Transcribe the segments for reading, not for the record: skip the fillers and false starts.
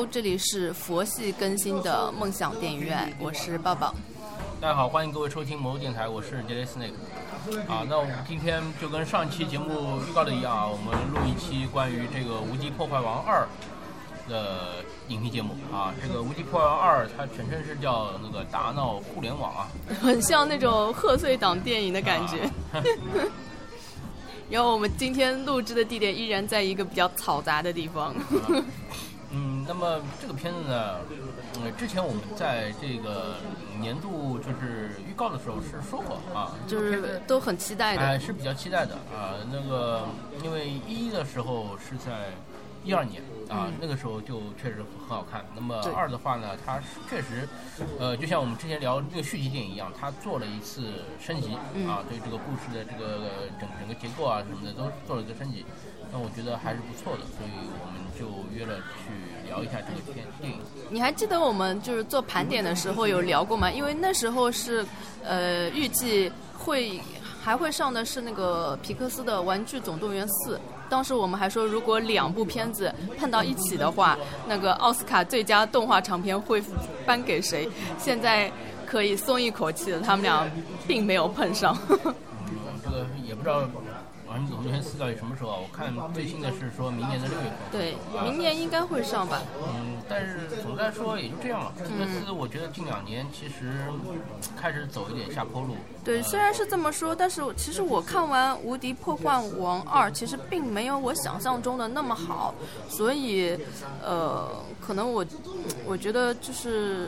Hello， 这里是佛系更新的梦想电影院，我是抱抱。 大家好，欢迎各位收听魔兽电台，我是 Jelly Snake。那我们今天就跟上期节目预告的一样，我们录一期关于这个《无敌破坏王2》的影评节目啊。这个《无敌破坏王2》它全称是叫那个达闹互联网啊， 很像那种贺岁档电影的感觉。然后我们今天录制的地点依然在一个比较嘈杂的地方。 那么这个片子呢，之前我们在这个年度就是预告的时候是说过啊， 就是都很期待的， 是比较期待的啊。那个因为1的时候是在12年啊，那个时候就确实很好看。那么2的话呢，它确实，就像我们之前聊这个续集电影一样，它做了一次升级啊，对这个故事的这个整个结构啊什么的都做了一个升级。那我觉得还是不错的，所以我们就约了去聊一下这个电影。 你还记得我们就是做盘点的时候有聊过吗？因为那时候是预计还会上的是那个皮克斯的《玩具总动员4》，当时我们还说如果2部片子碰到一起的话，那个奥斯卡最佳动画长片会颁给谁？现在可以松一口气了，他们俩并没有碰上。 这个也不知道。玩具总动员4到底什么时候啊？我看最新的是说明年的6月份。 对，明年应该会上吧。 但是总的来说也就这样了。皮克斯我觉得近2年其实开始走一点下坡路。 对，虽然是这么说，但是其实我看完《无敌破坏王2》，其实并没有我想象中的那么好，所以可能我觉得就是。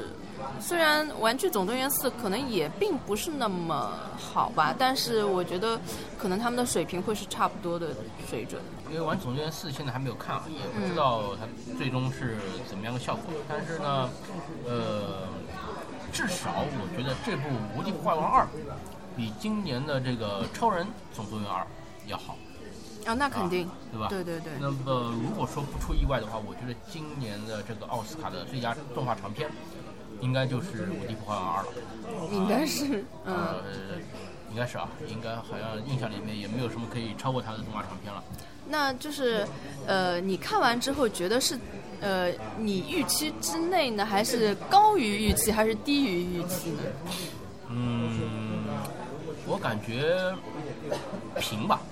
虽然《玩具总动员4》可能也并不是那么好吧，但是我觉得可能他们的水平会是差不多的水准。 因为《玩具总动员4》现在还没有看啊，也不知道它最终是怎么样的效果。但是呢，至少我觉得这部《无敌破坏王2》比今年的这个《超人总动员2》要好。 啊，那肯定， 对吧？ 对对对。 那么如果说不出意外的话，我觉得今年的这个奥斯卡的最佳动画长片。应该就是《无敌破坏王2》了， 应该是， 应该是啊，应该好像印象里面也没有什么可以超过它的动画长片了。 那就是，你看完之后觉得是，你预期之内呢，还是高于预期，还是低于预期呢？ 我感觉平吧。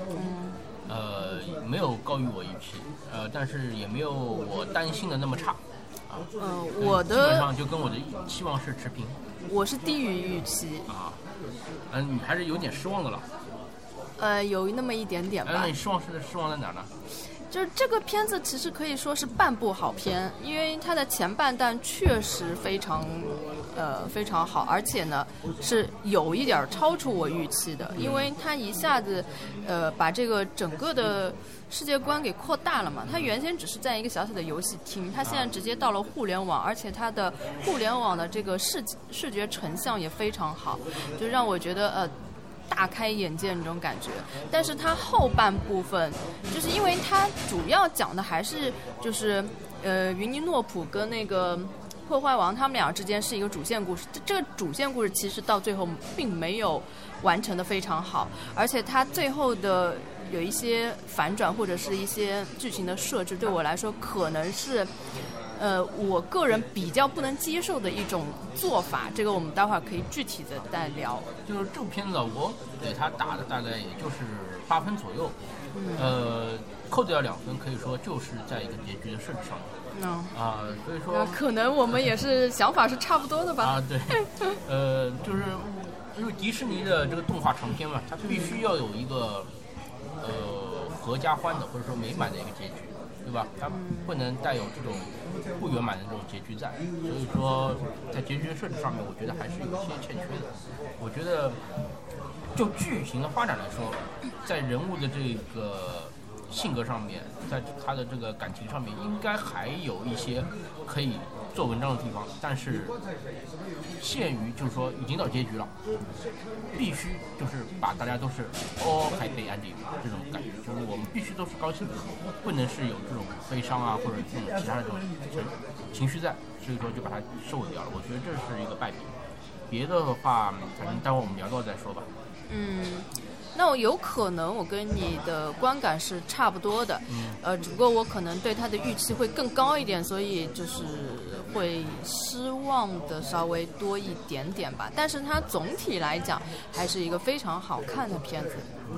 没有高于我预期，但是也没有我担心的那么差。 我的基本上就跟我的期望是持平。 我是低于预期啊，你还是有点失望的了。 有那么一点点吧。 那你失望在哪呢？ 就是这个片子其实可以说是半部好片，因为它的前半段确实非常好，而且呢是有一点超出我预期的，因为它一下子把这个整个的世界观给扩大了嘛。它原先只是在一个小小的游戏厅，它现在直接到了互联网，而且它的互联网的这个视觉成像也非常好，就让我觉得大开眼界那种感觉。但是它后半部分，就是因为它主要讲的还是就是云尼诺普跟那个破坏王他们俩之间是一个主线故事，这个主线故事其实到最后并没有完成的非常好，而且它最后的有一些反转或者是一些剧情的设置，对我来说可能是我个人比较不能接受的一种做法，这个我们待会儿可以具体的再聊。 就是这部片子我给它打的大概也就是8分左右，扣掉2分，可以说就是在一个结局的设置上面。所以说可能我们也是想法是差不多的吧。 对，就是因为迪士尼的这个动画长片嘛，它必须要有一个合家欢的或者说美满的一个结局。对吧？它不能带有这种不圆满的这种结局在，所以说在结局的设置上面，我觉得还是有些欠缺的。我觉得就剧情的发展来说，在人物的这个性格上面，在他的这个感情上面，应该还有一些可以做文章的地方，但是限于就是说已经到结局了，必须就是把大家都是 all happy ending 这种感觉，就是我们必须都是高兴的，不能是有这种悲伤啊或者这种其他的这种情绪在，所以说就把它收尾掉了。我觉得这是一个败笔。别的话，反正待会儿我们聊到再说吧。 那我有可能我跟你的观感是差不多的，只不过我可能对它的预期会更高一点，所以就是会失望的稍微多一点点吧。但是它总体来讲还是一个非常好看的片子。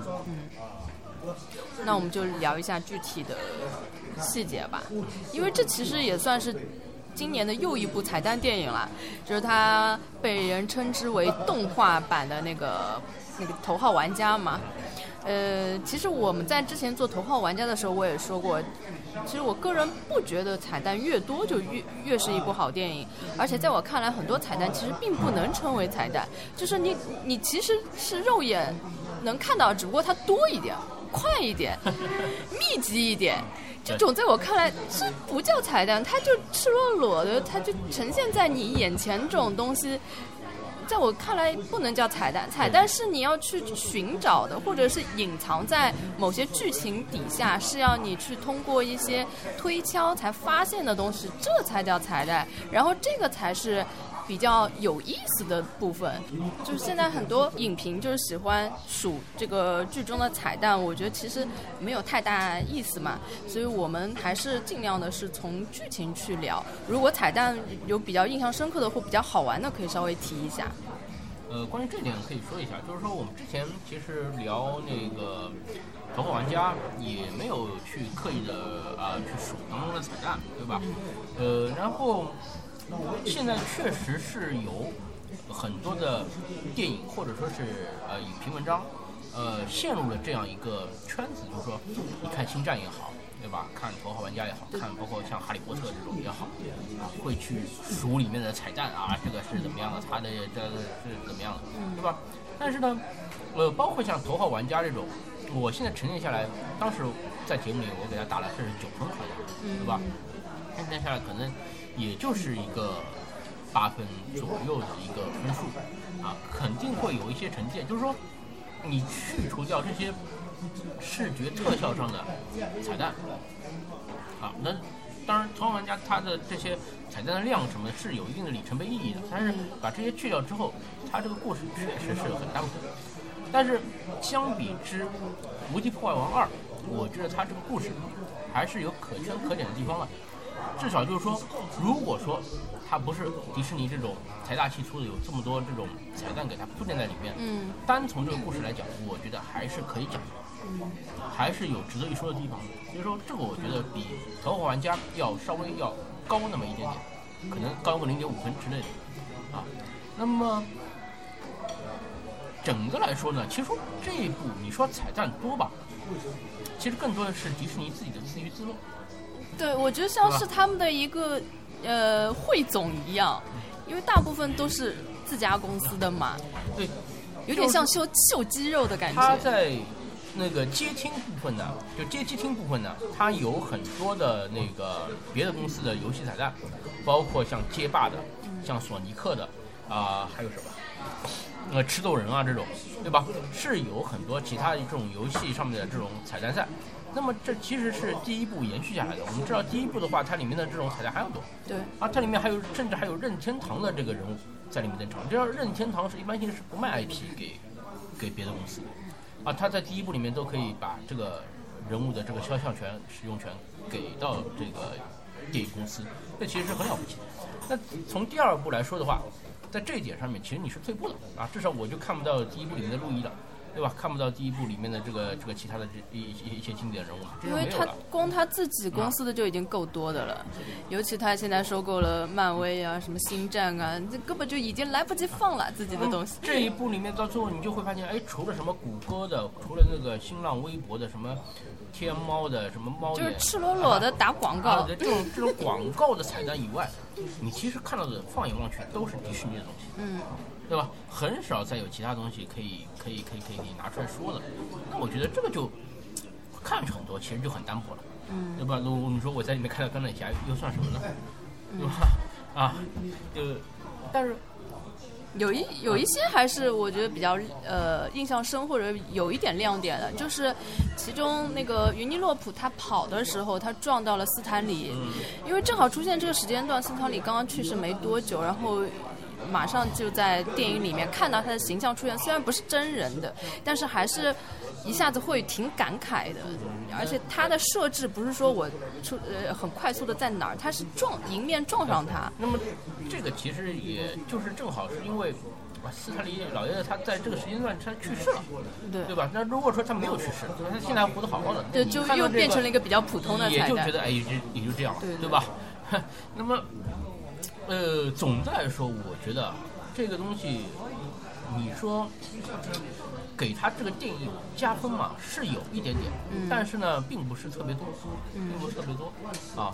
那我们就聊一下具体的细节吧，因为这其实也算是今年的又一部彩蛋电影了，就是它被人称之为动画版的那个头号玩家嘛。其实我们在之前做头号玩家的时候，我也说过，其实我个人不觉得彩蛋越多就越是一部好电影，而且在我看来，很多彩蛋其实并不能称为彩蛋，就是你其实是肉眼能看到，只不过它多一点、快一点、密集一点。这种在我看来是不叫彩蛋，它就赤裸裸的，它就呈现在你眼前这种东西。在我看来不能叫彩蛋，彩蛋是你要去寻找的，或者是隐藏在某些剧情底下，是要你去通过一些推敲才发现的东西，这才叫彩蛋。然后这个才是比较有意思的部分。就是现在很多影评就是喜欢数这个剧中的彩蛋，我觉得其实没有太大意思嘛，所以我们还是尽量的是从剧情去聊。如果彩蛋有比较印象深刻的或比较好玩的，可以稍微提一下。 关于这点可以说一下，就是说我们之前其实聊那个头号玩家也没有去刻意的去数当中的彩蛋，对吧？然后现在确实是有很多的电影或者说是影评文章陷入了这样一个圈子，就是说你看星战也好，对吧？看头号玩家也好，看包括像哈利波特这种也好，会去数里面的彩蛋啊，这个是怎么样的，它的这个是怎么样的，对吧？但是呢，包括像头号玩家这种，我现在沉淀下来，当时在节目里我给他打了是9分好像，对吧？沉淀下来可能也就是一个8分左右的一个分数啊，肯定会有一些成见，就是说你去除掉这些视觉特效上的彩蛋啊，那当然头号玩家它的这些彩蛋的量什么的是有一定的里程碑意义的，但是把这些去掉之后，它这个故事确实是很单薄。但是相比之无敌破坏王2，我觉得它这个故事还是有可圈可点的地方了。至少就是说，如果说它不是迪士尼这种财大气粗的有这么多这种彩蛋给它铺垫在里面，单从这个故事来讲，我觉得还是可以讲，还是有值得一说的地方。所以说这个我觉得比头号玩家要稍微要高那么一点点，可能高个0.5分之类的啊。那么整个来说呢，其实说这一部你说彩蛋多吧，其实更多的是迪士尼自己的自娱自乐。 对，我觉得像是他们的一个汇总一样，因为大部分都是自家公司的嘛， 对， 有点像秀肌肉的感觉。 他在那个街厅部分呢，就街机厅部分呢，它有很多的那个别的公司的游戏彩蛋，包括像街霸的，像索尼克的还有什么吃豆人啊这种，对吧？是有很多其他的这种游戏上面的这种彩蛋赛。那么这其实是第一部延续下来的。我们知道第一部的话，它里面的这种彩蛋还要多。 对。 它里面甚至还有任天堂的这个人物在里面登场。这样任天堂是一般性是不卖 IP 给别的公司的。他在第一部里面都可以把这个人物的这个肖像权、使用权给到这个电影公司，这其实是很了不起的。那从第二部来说的话，在这一点上面，其实你是退步的至少我就看不到第一部里面的路易了。对吧？看不到第一部里面的这个其他的一些经典人物了， 因为他光他自己公司的就已经够多的了，尤其他现在收购了漫威啊、什么星战啊，这根本就已经来不及放了自己的东西。 这一部里面到最后你就会发现，除了什么谷歌的，除了那个新浪微博的，什么天猫的，什么猫眼， 就是赤裸裸的打广告， 这种广告的彩蛋以外，你其实看到的放眼望去都是迪士尼的东西。对吧？很少再有其他东西可以拿出来说的。那我觉得这个就看上去很多，其实就很单薄了，对吧？如果你说我在里面看到钢铁侠，又算什么呢？对吧？但是有一些还是我觉得比较印象深或者有一点亮点的，就是其中那个云尼洛普他跑的时候，他撞到了斯坦李，因为正好出现这个时间段，斯坦李刚刚去世没多久，然后马上就在电影里面看到他的形象出现，虽然不是真人的，但是还是一下子会挺感慨的。而且他的设置不是说我很快速的在哪儿，他是迎面撞上他。 那么这个其实也就是正好是因为斯坦利老爷子他在这个时间段他去世了，对吧？那如果说他没有去世，就是他现在还活得好好的， 对，就又变成了一个比较普通的彩蛋， 也就觉得哎，也就这样了，对吧？那么总的来说，我觉得这个东西，你说给他这个电影加分嘛，是有一点点，但是呢，并不是特别多，啊，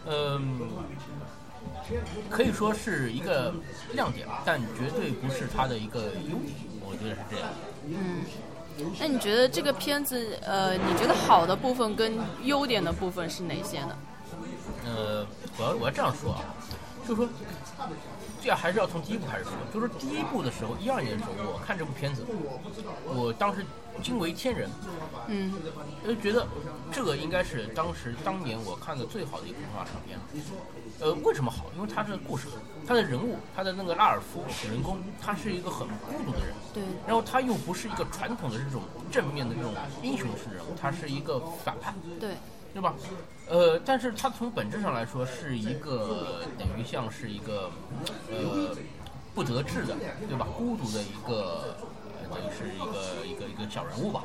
可以说是一个亮点，但绝对不是它的一个优点，我觉得是这样。 那你觉得这个片子，你觉得好的部分跟优点的部分是哪些呢？ 我要这样说啊，就是说，这还是要从第一部开始说。就是第一部的时候，12年的时候，我看这部片子，我当时惊为天人，就觉得这个应该是当年我看的最好的一部动画长片。为什么好？因为它的故事，它的人物，它的那个拉尔夫主人公，他是一个很孤独的人， 对。 然后他又不是一个传统的这种正面的这种英雄式人物，他是一个反派，对吧？但是他从本质上来说是一个等于像是一个不得志的，对吧？孤独的一个等于是一个小人物吧，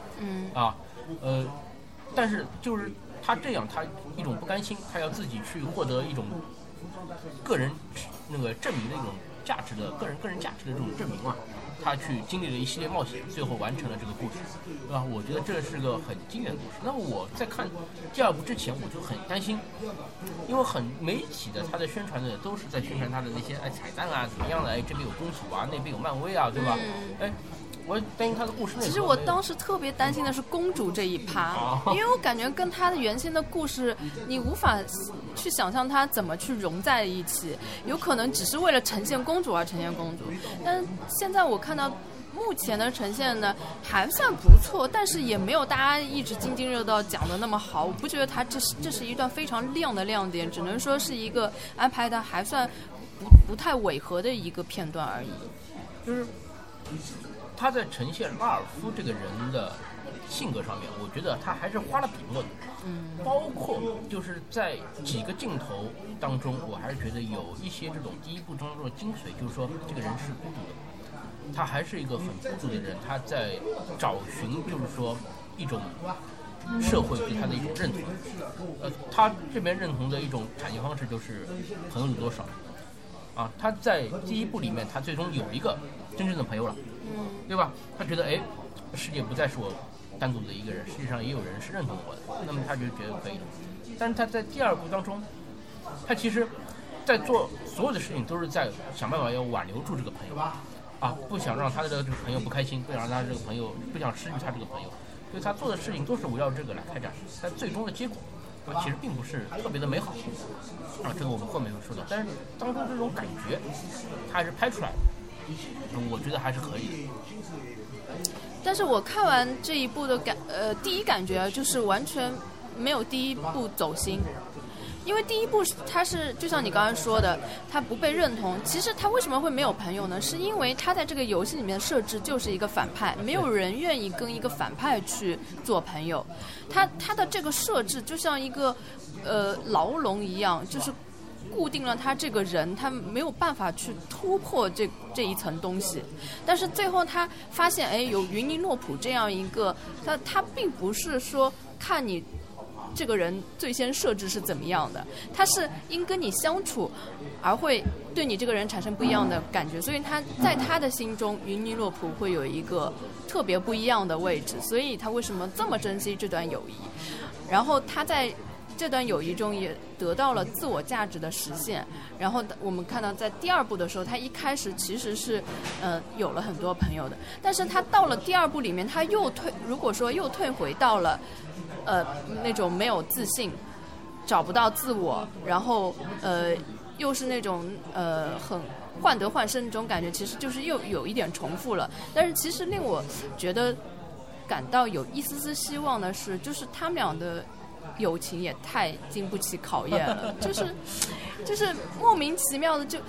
但是就是他这样，他一种不甘心，他要自己去获得一种个人那个证明的一种价值的个人价值的这种证明嘛。他去经历了一系列冒险，最后完成了这个故事，对吧？我觉得这是个很经典的故事。那么我在看第二部之前，我就很担心，因为媒体的他的宣传的都是在宣传他的那些彩蛋啊，怎么样的？这边有公主啊，那边有漫威啊，对吧？我担心他的故事。 其实我当时特别担心的是公主这一趴，因为我感觉跟他的原先的故事，你无法去想象他怎么去融在一起，有可能只是为了呈现公主而呈现公主。但现在我看到目前的呈现呢，还算不错，但是也没有大家一直津津乐道讲的那么好。我不觉得它这是一段非常亮的亮点，只能说是一个安排的还算不太违和的一个片段而已。 就是他在呈现拉尔夫这个人的性格上面，我觉得他还是花了笔墨的。包括就是在几个镜头当中，我还是觉得有一些这种第一部当中的精髓，就是说这个人是孤独的，他还是一个很孤独的人，他在找寻就是说一种社会对他的一种认同。他这边认同的一种产生方式就是朋友有多少啊？他在第一部里面，他最终有一个真正的朋友了，对吧？他觉得世界不再是我单独的一个人，世界上也有人是认同我的，那么他就觉得可以了。但是他在第二部当中，他其实在做所有的事情都是在想办法要挽留住这个朋友啊，不想让他的这个朋友不开心，不想让他这个朋友不想失去他这个朋友，所以他做的事情都是围绕这个来开展。但最终的结果其实并不是特别的美好这个我们后面会说到。但是当中这种感觉他还是拍出来的，我觉得还是可以的。 但是我看完这一部的第一感觉就是完全没有第一部走心，因为第一部他是就像你刚才说的，他不被认同。其实他为什么会没有朋友呢？是因为他在这个游戏里面的设置就是一个反派，没有人愿意跟一个反派去做朋友。他的这个设置就像一个牢笼一样，就是固定了他这个人，他没有办法去突破这一层东西。但是最后他发现，有云尼诺普这样一个，他并不是说看你这个人最先设置是怎么样的，他是因跟你相处而会对你这个人产生不一样的感觉，所以他在他的心中，云尼诺普会有一个特别不一样的位置，所以他为什么这么珍惜这段友谊，然后他在这段友谊中也得到了自我价值的实现。然后我们看到在第二部的时候，他一开始其实是有了很多朋友的，但是他到了第二部里面，他如果说又退回到了那种没有自信，找不到自我，然后又是那种很患得患失那种感觉，其实就是又有一点重复了。但是其实令我觉得感到有一丝丝希望的是，就是他们俩的友情也太经不起考验了，就是莫名其妙的就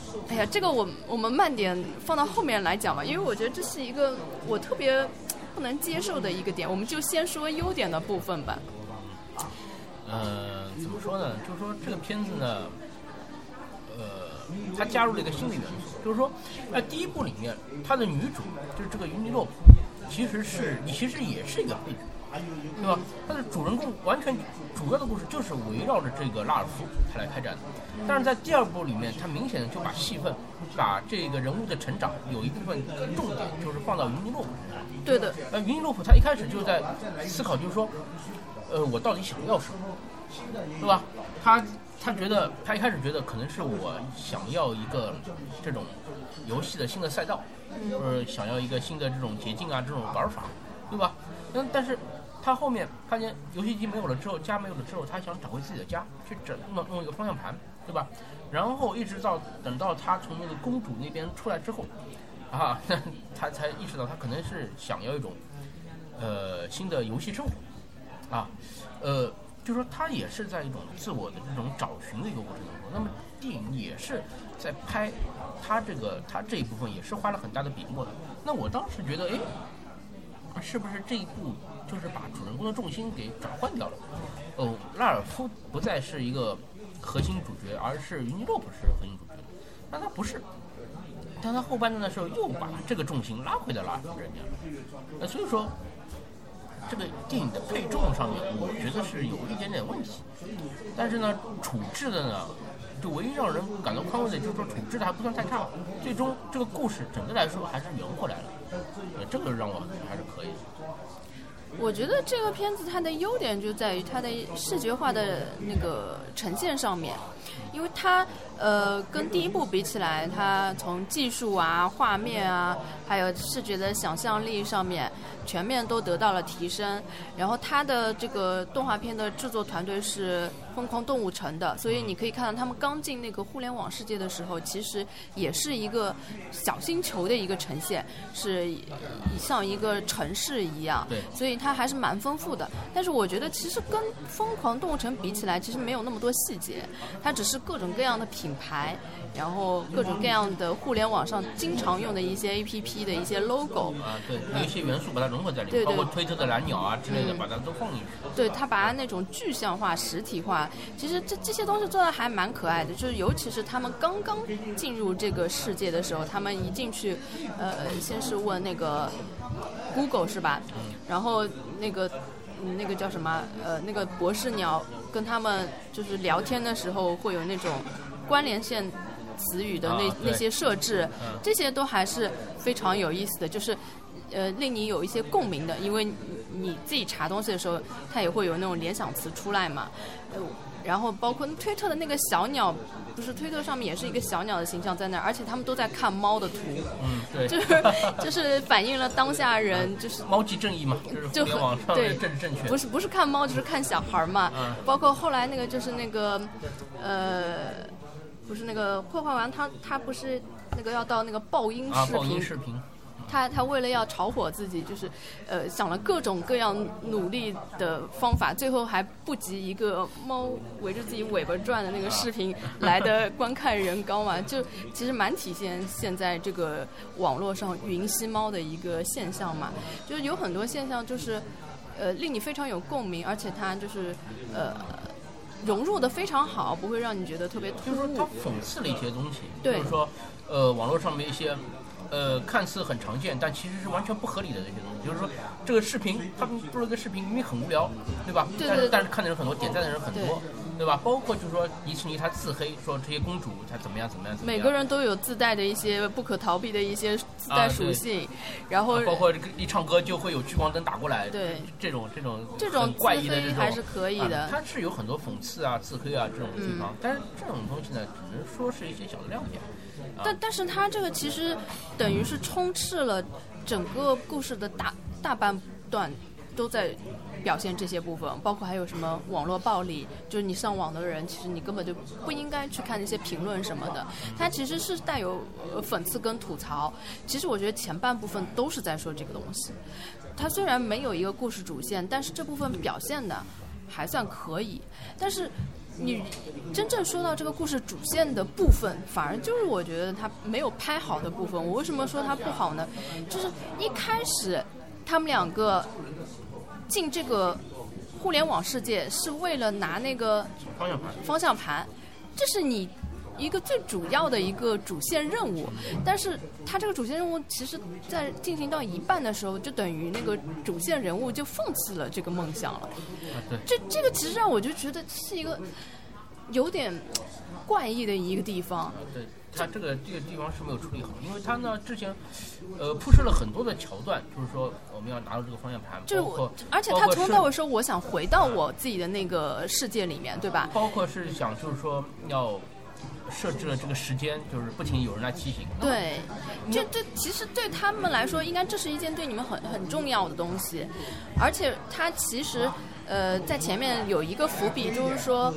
哎呀，这个我们慢点放到后面来讲吧，因为我觉得这是一个我特别不能接受的一个点，我们就先说优点的部分吧。 怎么说呢？就是说这个片子呢，它加入了一个新的元素，就是说，第一部里面它的女主就是这个云尼洛普，其实也是一个配角，对吧？它的主人公完全主要的故事就是围绕着这个拉尔夫他来开展的，但是在第二部里面，他明显的就把戏份，把这个人物的成长有一部分重点就是放到云尼洛普身上。 对的。 云尼洛普他一开始就在思考，就是说，我到底想要什么，对吧？他觉得，他一开始觉得可能是我想要一个这种游戏的新的赛道，想要一个新的这种捷径啊，这种玩法，对吧？但是他后面发现游戏机没有了之后，家没有了之后，他想找回自己的家，去弄一个方向盘，对吧？然后一直等到他从那个公主那边出来之后，他才意识到他可能是想要一种新的游戏生活，就是说他也是在一种自我的这种找寻的一个过程当中。那么电影也是在拍他这一部分也是花了很大的笔墨的。那我当时觉得，是不是这一部就是把主人公的重心给转换掉了？拉尔夫不再是一个核心主角，而是云尼洛普是核心主角。但他不是，但他后半段的时候又把这个重心拉回到拉尔夫这边了。所以说，这个电影的配重上面，我觉得是有一点点问题。但是呢，处置的呢，就唯一让人感到宽慰的就是说，处置的还不算太差。最终这个故事整个来说还是圆回来了，这个让我还是可以的。 我觉得这个片子它的优点就在于它的视觉化的那个呈现上面，因为它跟第一部比起来，它从技术啊、画面啊，还有视觉的想象力上面，全面都得到了提升。然后它的这个动画片的制作团队是疯狂动物城的，所以你可以看到他们刚进那个互联网世界的时候，其实也是一个小星球的一个呈现，是像一个城市一样。 对， 所以它还是蛮丰富的。但是我觉得其实跟疯狂动物城比起来，其实没有那么多细节，它只是各种各样的品牌，然后各种各样的互联网上经常用的一些 APP 的一些 logo 对，有一些元素把它融合在里面，包括推特的蓝鸟啊之类的，把它都放进去。 对，它把它那种具象化、实体化，其实这些东西做的还蛮可爱的。就是尤其是他们刚刚进入这个世界的时候，他们一进去，先是问那个 Google 是吧？然后那个叫什么？那个博士鸟跟他们就是聊天的时候会有那种关联线词语的那些设置，这些都还是非常有意思的，就是令你有一些共鸣的，因为你自己查东西的时候，它也会有那种联想词出来嘛。然后包括推特的那个小鸟，不是推特上面也是一个小鸟的形象在那儿，而且他们都在看猫的图， 对， 就是反映了当下人就是猫即正义嘛，就是互联网上的政治正确， 不是看猫就是看小孩嘛，包括后来那个就是那个不是那个破坏王他不是那个要到那个爆音视频。他为了要炒火自己，就是想了各种各样努力的方法，最后还不及一个猫围着自己尾巴转的那个视频来的观看人高嘛，就其实蛮体现现在这个网络上云吸猫的一个现象嘛，就是有很多现象就是令你非常有共鸣，而且它就是融入的非常好，不会让你觉得特别突兀。 就是说它讽刺了一些东西， 对， 就是说网络上面一些看似很常见，但其实是完全不合理的这些东西。就是说，这个视频，他们做了个视频，明明很无聊，对吧？ 对。 但是看的人很多，点赞的人很多，对吧？包括就是说，迪士尼他自黑说这些公主她怎么样。 每个人都有自带的一些不可逃避的一些自带属性，然后包括一唱歌就会有聚光灯打过来， 对， 这种很怪异的这种还是可以的。 它是有很多讽刺啊、自黑啊这种地方，但是这种东西呢，只能说是一些小的亮点。 但是它这个其实等于是充斥了整个故事的大半段都在表现这些部分，包括还有什么网络暴力，就是你上网的人其实你根本就不应该去看那些评论什么的，它其实是带有讽刺跟吐槽。其实我觉得前半部分都是在说这个东西，它虽然没有一个故事主线，但是这部分表现的还算可以。但是你真正说到这个故事主线的部分，反而就是我觉得它没有拍好的部分。我为什么说它不好呢？就是一开始他们两个进这个互联网世界是为了拿那个方向盘，这是你一个最主要的一个主线任务，但是他这个主线任务其实在进行到一半的时候，就等于那个主线人物就放弃了这个梦想了。这个其实让我就觉得是一个有点怪异的一个地方。 对，他这个地方是没有处理好，因为他呢之前铺设了很多的桥段，就是说我们要拿到这个方向盘， 而且他从头到尾说我想回到我自己的那个世界里面，对吧？ 包括是想就是说要设置了这个时间，就是不停有人来提醒。 对，这其实对他们来说，应该这是一件对你们很重要的东西，而且他其实在前面有一个伏笔，就是说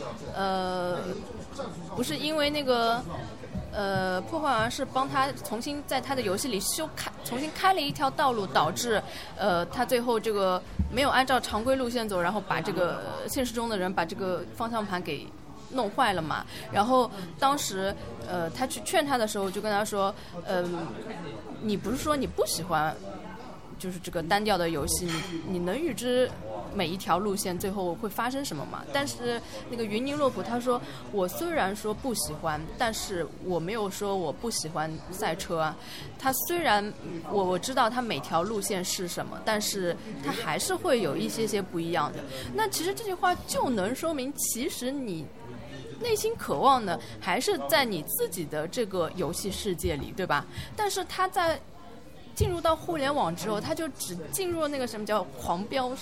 不是因为那个破坏王是帮他重新在他的游戏里重新开了一条道路，导致他最后这个没有按照常规路线走，然后把这个现实中的人把这个方向盘给弄坏了嘛。然后当时他去劝他的时候就跟他说你不是说你不喜欢就是这个单调的游戏，你能预知每一条路线最后会发生什么吗？但是那个云宁洛普他说，我虽然说不喜欢，但是我没有说我不喜欢赛车啊。他虽然我知道他每条路线是什么，但是他还是会有一些不一样的。那其实这句话就能说明，其实你内心渴望的还是在你自己的这个游戏世界里，对吧？但是他在进入到互联网之后，他就只进入了那个什么叫狂飙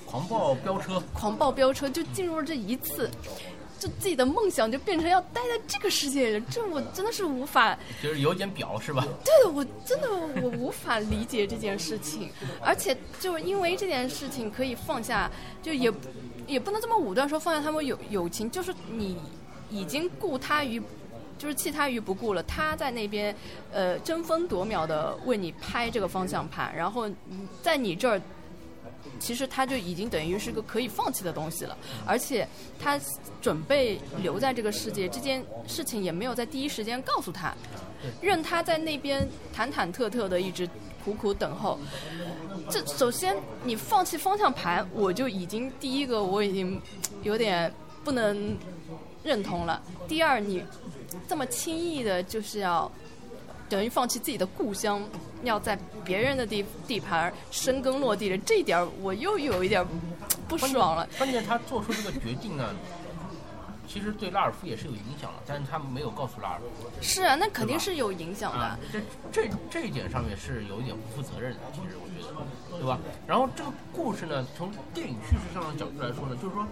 飙车，就进入了这一次，就自己的梦想就变成要待在这个世界里，这我真的是无法， 就是有点表是吧？ 对，我真的我无法理解这件事情，而且就因为这件事情可以放下，就也不能这么武断说放下他们友情，就是你已经顾他于。就是弃他于不顾了，他在那边争分夺秒的为你拍这个方向盘，然后在你这儿其实他就已经等于是个可以放弃的东西了，而且他准备留在这个世界，这件事情也没有在第一时间告诉他，任他在那边忐忐忑忑的一直苦苦等候。这首先你放弃方向盘，我就已经第一个我已经有点不能认同了。第二，你这么轻易的就是要等于放弃自己的故乡，要在别人的地盘生根落地的，这一点我又有一点不爽了。 关键他做出这个决定呢，其实对拉尔夫也是有影响了，但是他没有告诉拉尔夫。是啊，那肯定是有影响的。 这一点上面是有一点不负责任的，其实我觉得，对吧？然后这个故事呢，从电影叙事上的角度来说呢，就是说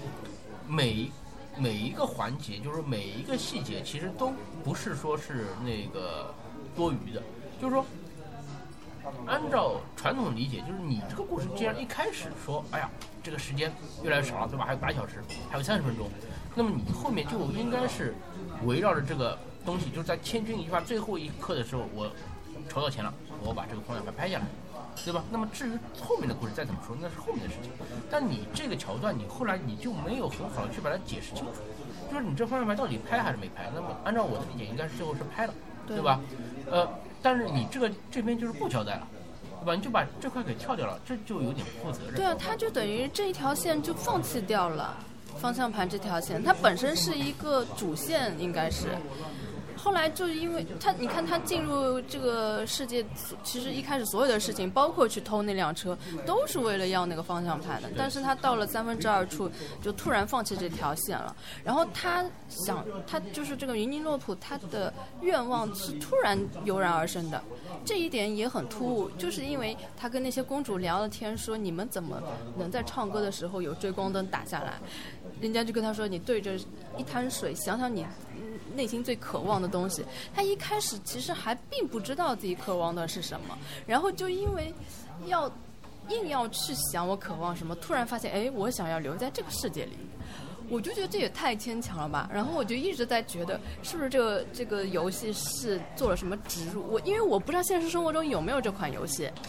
每一个环节，就是每一个细节，其实都不是说是那个多余的。就是说，按照传统理解，就是你这个故事既然一开始说，哎呀，这个时间越来越少了，对吧？还有8小时，还有30分钟，那么你后面就应该是围绕着这个东西，就是在千钧一发最后一刻的时候，我筹到钱了，我把这个方向盘拍下来。对吧？那么至于后面的故事再怎么说，那是后面的事情。但你这个桥段，你后来你就没有很好的去把它解释清楚，就是你这方向盘到底拍还是没拍？那么按照我的理解，应该是最后是拍了，对吧？但是你这边就是不交代了，对吧？你就把这块给跳掉了，这就有点不负责任。 对啊，他就等于这一条线就放弃掉了，方向盘这条线，它本身是一个主线，应该是。后来就是因为他，你看他进入这个世界，其实一开始所有的事情，包括去偷那辆车，都是为了要那个方向盘的。但是他到了2/3处，就突然放弃这条线了。然后他就是这个云宁洛普，他的愿望是突然油然而生的，这一点也很突兀，就是因为他跟那些公主聊了天，说你们怎么能在唱歌的时候有追光灯打下来？人家就跟他说，你对着一滩水，想想你内心最渴望的东西。他一开始其实还并不知道自己渴望的是什么，然后就因为硬要去想我渴望什么，突然发现哎，我想要留在这个世界里，我就觉得这也太牵强了吧。然后我就一直在觉得是不是这个游戏是做了什么植入，因为我不知道现实生活中有没有这款游戏，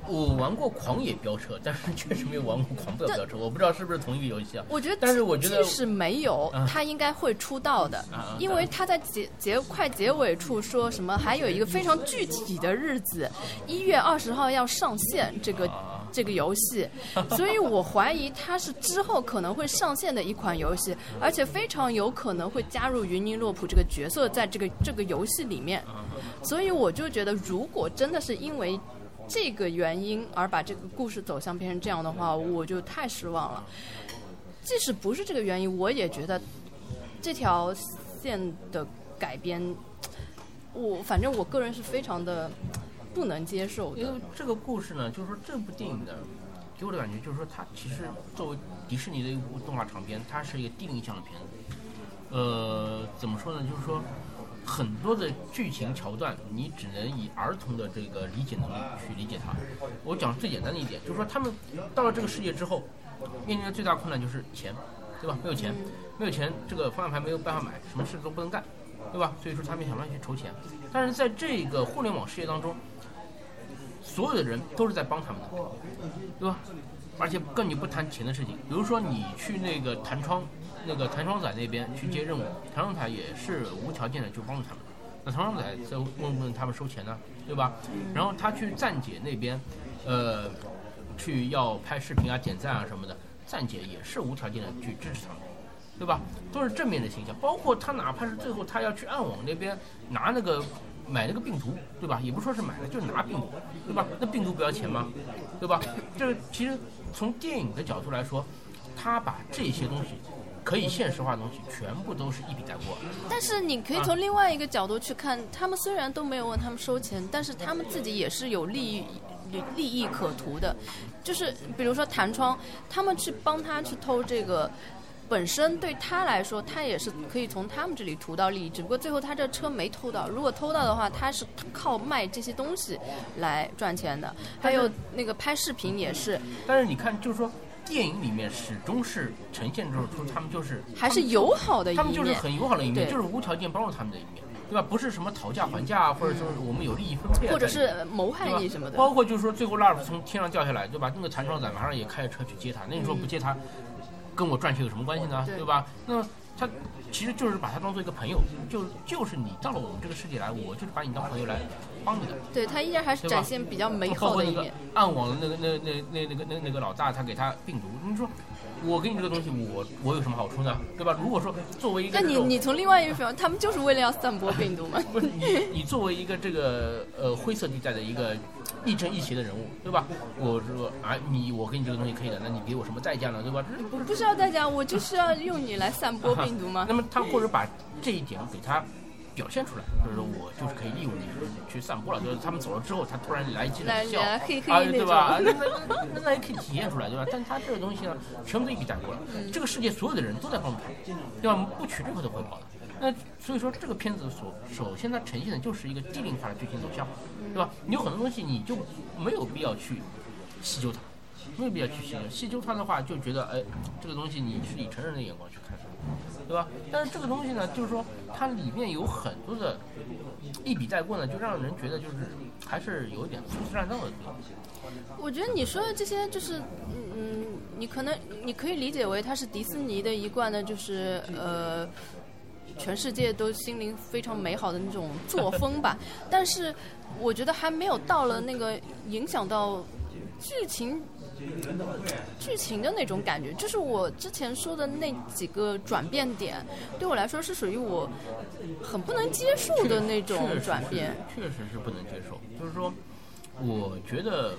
我玩过狂野飙车，但是确实没有玩过狂飙飙车，我不知道是不是同一个游戏啊。 我觉得， 但是我觉得即使没有，他应该会出道的，因为他在快结尾处说什么，还有一个非常具体的日子，1月20号要上线这个游戏，所以我怀疑它是之后可能会上线的一款游戏，而且非常有可能会加入云尼洛普这个角色在这个游戏里面，所以我就觉得，如果真的是因为这个原因而把这个故事走向变成这样的话，我就太失望了。即使不是这个原因，我也觉得这条线的改编，反正我个人是非常的不能接受的。 因为这个故事呢，就是说这部电影的给我的感觉就是说，它其实作为迪士尼的一部动画长片，它是一个低龄向的片子。怎么说呢？就是说很多的剧情桥段，你只能以儿童的这个理解能力去理解它。我讲最简单的一点，就是说他们到了这个世界之后，面临的最大困难就是钱，对吧？没有钱，这个方向盘没有办法买，什么事都不能干，对吧？所以说他们想办法去筹钱。但是在这个互联网世界当中，所有的人都是在帮他们的，对吧？而且跟你不谈钱的事情，比如说你去那个弹窗仔那边去接任务，弹窗仔也是无条件的就帮助他们。那弹窗仔在问他们收钱呢，对吧？然后他去站姐那边，去要拍视频啊、点赞啊什么的，站姐也是无条件的去支持他们，对吧？都是正面的形象。包括他哪怕是最后他要去暗网那边买那个病毒，对吧？也不说是买的，就是拿病毒，对吧？那病毒不要钱吗？对吧？这个其实从电影的角度来说，他把这些东西可以现实化的东西全部都是一笔带过。 但是你可以从另外一个角度去看，他们虽然都没有问他们收钱，但是他们自己也是有利益可图的。就是比如说弹窗，他们去帮他去偷这个，本身对他来说，他也是可以从他们这里图到利益，只不过最后他这车没偷到。如果偷到的话，他是靠卖这些东西来赚钱的。还有那个拍视频也是。 但是你看，就是说电影里面始终是呈现出他们就是还是友好的一面， 他们就是很友好的一面，就是无条件帮助他们的一面，对吧？不是什么讨价还价，或者说我们有利益分配， 或者是谋害你什么的。 包括就是说最后拉尔夫从天上掉下来，对吧？那个弹窗仔马上也开着车去接他，那你说不接他，跟我赚钱有什么关系呢？对吧？那他其实就是把他当做一个朋友，就是你到了我们这个世界来，我就是把你当朋友来帮你的。 对，他依然还是展现比较美好的一面。 暗网的那个老大，他给他病毒，你说我给你这个东西，我有什么好处呢？对吧？如果说作为一个， 那你从另外一个方面，他们就是为了要散播病毒嘛？ 不是你作为一个这个灰色地带的一个亦正亦邪的人物，对吧？我说啊，我给你这个东西可以的，那你给我什么代价呢？对吧？ 不是要代价，我就是要用你来散播病毒吗？ 那么他或者把这一点给他表现出来，就是说我就是可以利用你去散播了。就是他们走了之后，他突然来一记冷笑， 嘿对吧？那也可以体现出来，对吧？但他这个东西呢，全部都一笔带过了。这个世界所有的人都在帮助他，对吧？不取任何的回报的。那所以说，这个片子首先它呈现的就是一个低龄化的剧情走向，对吧？你有很多东西你就没有必要去细究它，没有必要去细究它的话，就觉得这个东西你是以成人的眼光去看它，对吧？但是这个东西呢，就是说它里面有很多的一笔带过呢，就让人觉得就是还是有一点粗制滥造的地方。 我觉得你说的这些就是你可以理解为它是迪士尼的一贯的，就是全世界都心灵非常美好的那种作风吧。但是我觉得还没有到了那个影响到剧情的那种感觉。就是我之前说的那几个转变点，对我来说是属于我很不能接受的那种转变。 确实是不能接受。就是说，我觉得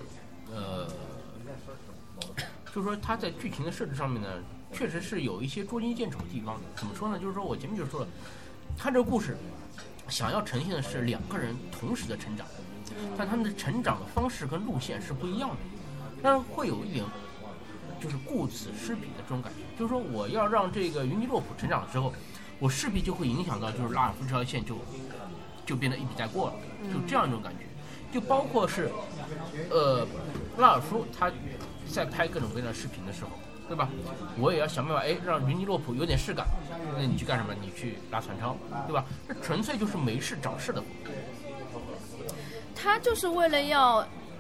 就是说他在剧情的设置上面呢，确实是有一些捉襟见肘的地方。怎么说呢？就是说我前面就说了，他这个故事想要呈现的是两个人同时的成长，但他们的成长的方式跟路线是不一样的，但是会有一点就是顾此失彼的这种感觉。就是说我要让这个云尼洛普成长之后，我势必就会影响到就是拉尔夫这条线就变得一笔带过了，就这样一种感觉。就包括是拉尔夫他在拍各种各样的视频的时候，对吧？我也要想办法让云尼洛普有点事干。那你去干什么？你去拉船舱，对吧？这纯粹就是没事找事的。 他就是为了要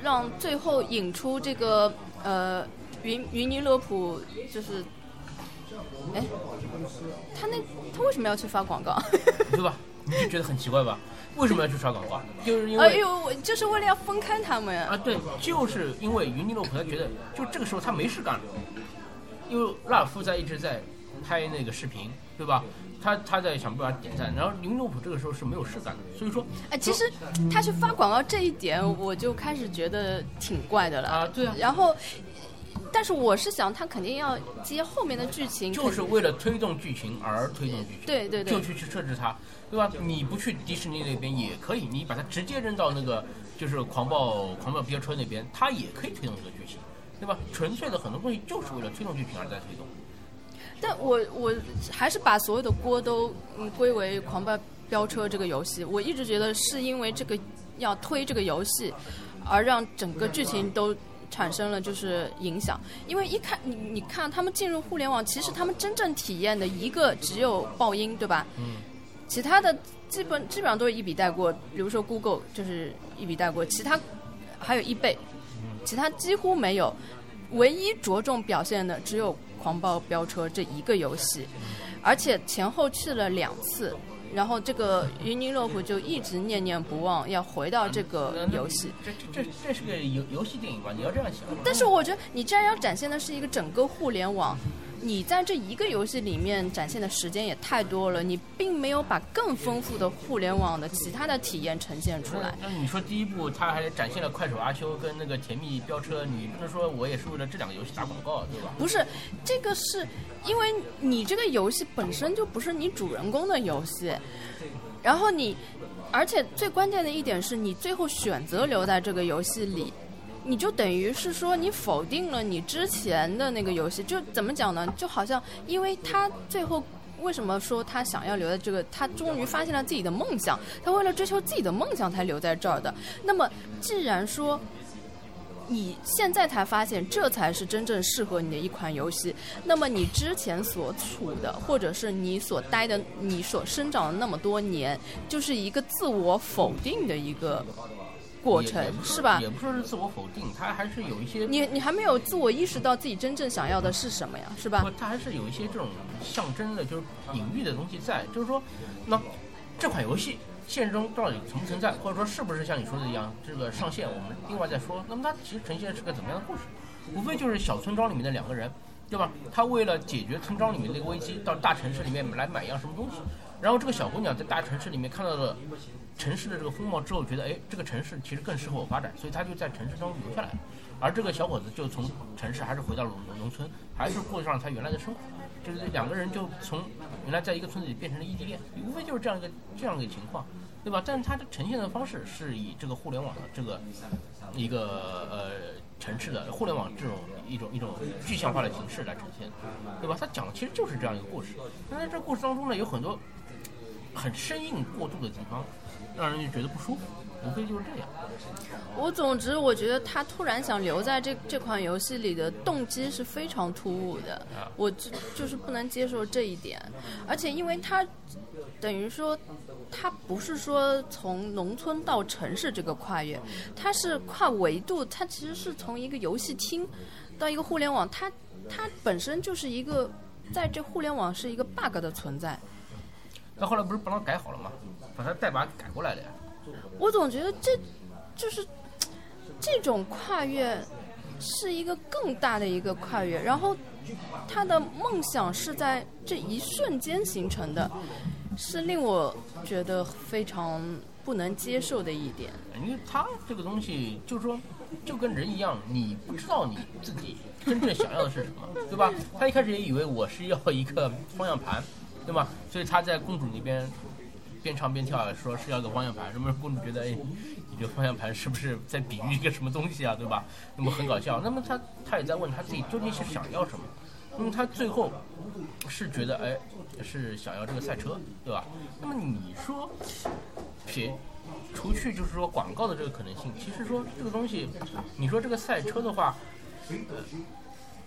让最后引出这个云尼勒普，就是哎，他为什么要去发广告？ 对吧？你就觉得很奇怪吧？为什么要去刷广告？就是因为就是为了要分开他们啊，对，就是因为云尼洛普他觉得，就这个时候他没事干了，因为拉尔夫一直在拍那个视频，对吧？他在想办法点赞，然后云尼洛普这个时候是没有事干的，所以说， 其实他去发广告这一点，我就开始觉得挺怪的了啊，对啊， 然后。但是我是想，他肯定要接后面的剧情， 就是为了推动剧情而推动剧情， 对， 就去设置它，对吧？你不去迪士尼那边也可以，你把它直接扔到那个就是狂暴飙车那边，它也可以推动这个剧情，对吧？纯粹的很多东西就是为了推动剧情而在推动。 但我还是把所有的锅都归为狂暴飙车这个游戏，我一直觉得是因为这个要推这个游戏，而让整个剧情都产生了就是影响，因为你看他们进入互联网，其实他们真正体验的一个只有爆音，对吧？其他的基本上都是一笔带过，比如说 Google 就是一笔带过，其他还有eBay，其他几乎没有，唯一着重表现的只有狂暴飙车这一个游戏，而且前后去了2次。然后这个云尼洛普就一直念念不忘要回到这个游戏。 这是个游戏电影吧？你要这样想。 但是我觉得你既然要展现的是一个整个互联网，你在这一个游戏里面展现的时间也太多了，你并没有把更丰富的互联网的其他的体验呈现出来。 那你说第一部他还展现了快手阿修跟那个甜蜜飙车，你不能说我也是为了这2个游戏打广告，对吧？ 不是，这个是因为你这个游戏本身就不是你主人公的游戏，然后而且最关键的一点是你最后选择留在这个游戏里，你就等于是说你否定了你之前的那个游戏。就怎么讲呢？就好像因为他最后为什么说他想要留在这个，他终于发现了自己的梦想，他为了追求自己的梦想才留在这儿的。那么既然说你现在才发现这才是真正适合你的一款游戏，那么你之前所处的或者是你所待的你所生长的那么多年，就是一个自我否定的一个过程，是吧？ 也不说是自我否定，它还是有一些你还没有自我意识到自己真正想要的是什么呀，是吧？ 它还是有一些这种象征的，就是隐喻的东西在，就是说，那这款游戏现实中到底存不存在，或者说是不是像你说的一样，这个上线我们另外再说。那么它其实呈现的是个怎么样的故事？无非就是小村庄里面的2个人，对吧？他为了解决村庄里面的一个危机，到大城市里面来买一样什么东西。然后这个小姑娘在大城市里面看到了城市的这个风貌之后，觉得这个城市其实更适合我发展，所以她就在城市中留下来了。而这个小伙子就从城市还是回到了农村，还是过上他原来的生活。就是2个人就从原来在一个村子里变成了异地恋，无非就是这样一个情况，对吧？但是它的呈现的方式是以这个互联网的这个一个城市的互联网这种一种具象化的形式来呈现，对吧？它讲的其实就是这样一个故事。但在这个故事当中呢，有很多很生硬过度的地方，让人就觉得不舒服。无非就是这样。 总之我觉得他突然想留在这款游戏里的动机是非常突兀的，我就是不能接受这一点。而且因为他等于说他不是说从农村到城市这个跨越，他是跨维度，他其实是从一个游戏厅到一个互联网，它本身就是一个在这互联网是一个 bug 的存在。 那后来不是帮他改好了吗？把他代码改过来了呀。 我总觉得就是这种跨越是一个更大的一个跨越，然后他的梦想是在这一瞬间形成的，是令我觉得非常不能接受的一点。 因为他这个东西就是说就跟人一样，你不知道你自己真正想要的是什么，对吧？他一开始也以为我是要一个方向盘，对吧？所以他在公主那边边唱边跳说是要个方向盘，什么公主觉得你这方向盘是不是在比喻一个什么东西啊，对吧？那么很搞笑。那么他也在问他自己究竟是想要什么。那么他最后是觉得是想要这个赛车，对吧？那么你说除去就是说广告的这个可能性，其实说这个东西，你说这个赛车的话，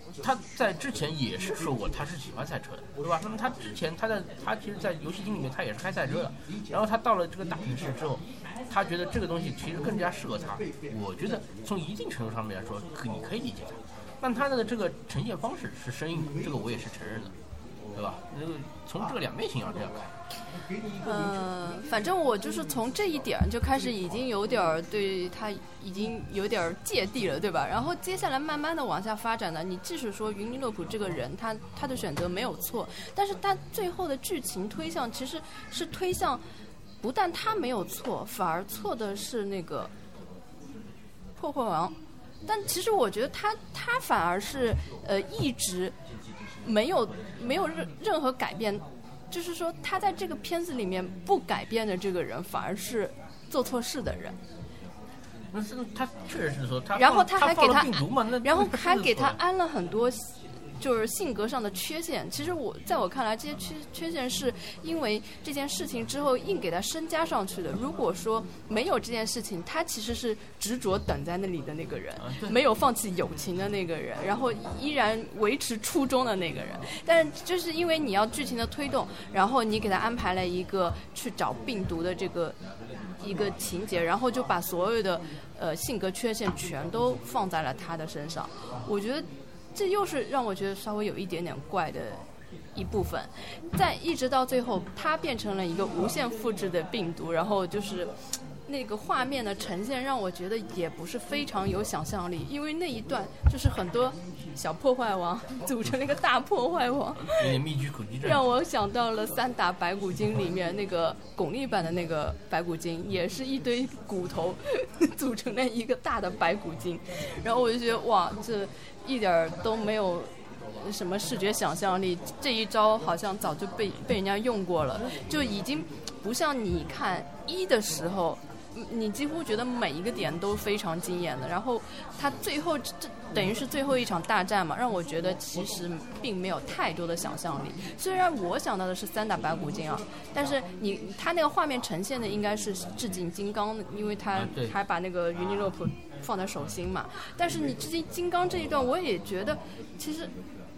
他在之前也是说过他是喜欢赛车的，对吧？那么他之前他其实，在游戏机里面他也是开赛车的，然后他到了这个大城市之后，他觉得这个东西其实更加适合他。我觉得从一定程度上面来说，你可以理解他，但他的这个呈现方式是生硬的，这个我也是承认的，对吧？从这个两面性上这样看。 反正我就是从这一点就开始已经有点对他已经有点芥蒂了，对吧？然后接下来慢慢的往下发展呢，你即使说云尼洛普这个人他的选择没有错，但是他最后的剧情推向其实是推向不但他没有错，反而错的是那个破坏王。但其实我觉得他反而是一直没有任何改变。就是说，他在这个片子里面不改变的这个人，反而是做错事的人。 那是他确实是说他， 然后他还给他， 然后还给他安了很多，就是性格上的缺陷。其实在我看来，这些缺陷是因为这件事情之后硬给他深加上去的。如果说没有这件事情，他其实是执着等在那里的那个人，没有放弃友情的那个人，然后依然维持初衷的那个人。但是就是因为你要剧情的推动，然后你给他安排了一个去找病毒的这个一个情节，然后就把所有的性格缺陷全都放在了他的身上。我觉得这又是让我觉得稍微有一点点怪的一部分。在一直到最后，它变成了一个无限复制的病毒，然后就是那个画面的呈现让我觉得也不是非常有想象力，因为那一段就是很多小破坏王组成了一个大破坏王， 有点密集恐惧症， 让我想到了三打白骨精里面那个巩俐版的那个白骨精，也是一堆骨头组成了一个大的白骨精。然后我就觉得哇，这一点都没有什么视觉想象力，这一招好像早就被人家用过了，就已经不像你看一的时候你几乎觉得每一个点都非常惊艳的。然后他最后这等于是最后一场大战嘛，让我觉得其实并没有太多的想象力。虽然我想到的是三打白骨精啊，但是他那个画面呈现的应该是致敬金刚，因为他还把那个云尼洛普放在手心嘛。但是你致敬金刚这一段，我也觉得其实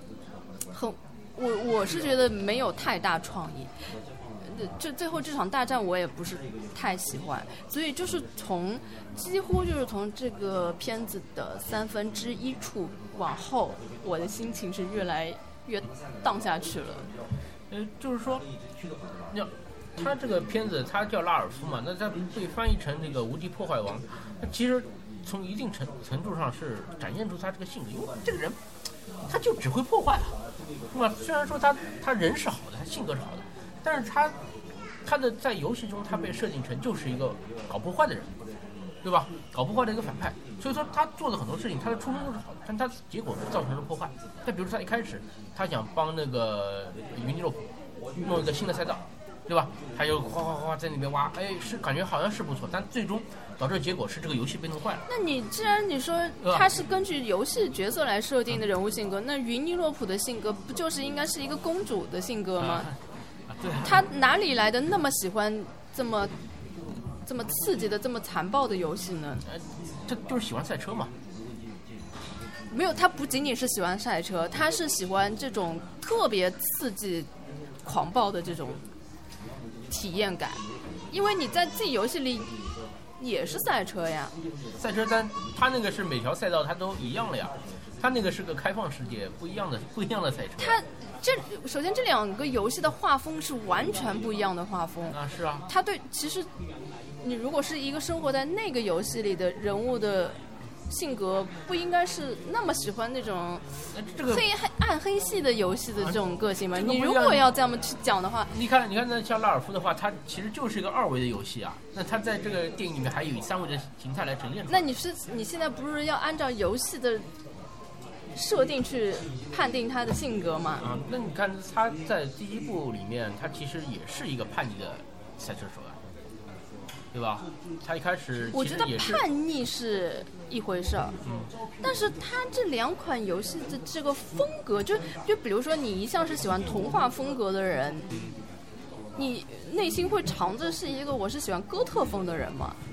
我是觉得没有太大创意。就最后这场大战我也不是太喜欢，所以就是几乎就是从这个片子的1/3处往后，我的心情是越来越荡下去了。 就是说，他这个片子他叫拉尔夫嘛，那他被翻译成那个无敌破坏王，那其实从一定程度上是展现出他这个性格，因为这个人他就只会破坏，是吧？虽然说他人是好的，他性格是好的，但是他的在游戏中他被设定成就是一个搞破坏的人，对吧？搞破坏的一个反派，所以说他做的很多事情他的初衷都是好的，但他结果造成了破坏。再比如说他一开始他想帮那个云尼洛普弄一个新的赛道，对吧？他就哗在那边挖，是感觉好像是不错，但最终导致结果是这个游戏被弄坏了。 那既然你说他是根据游戏角色来设定的人物性格，那云尼洛普的性格不就是应该是一个公主的性格吗？ 对， 他哪里来的那么喜欢这么刺激的这么残暴的游戏呢？ 这就是喜欢赛车嘛。 没有，他不仅仅是喜欢赛车，他是喜欢这种特别刺激狂暴的这种体验感，因为你在自己游戏里也是赛车呀。 赛车，但他那个是每条赛道它都一样了呀，他那个是个开放世界，不一样的赛车。首先这两个游戏的画风是完全不一样的画风啊，是啊。 其实你如果是一个生活在那个游戏里的人物的性格，不应该是那么喜欢那种暗黑系的游戏的这种个性吗？你如果要这么去讲的话， 你看那像拉尔夫的话，它其实就是一个2维的游戏啊。那它在这个电影里面还有以3维的形态来呈现出来。 那你现在不是要按照游戏的设定去判定他的性格嘛？ 那你看他在第一部里面，他其实也是一个叛逆的赛车手啊，对吧？他一开始我觉得叛逆是一回事儿，但是他这2款游戏的这个风格，就比如说你一向是喜欢童话风格的人，你内心会藏着是一个我是喜欢哥特风的人吗？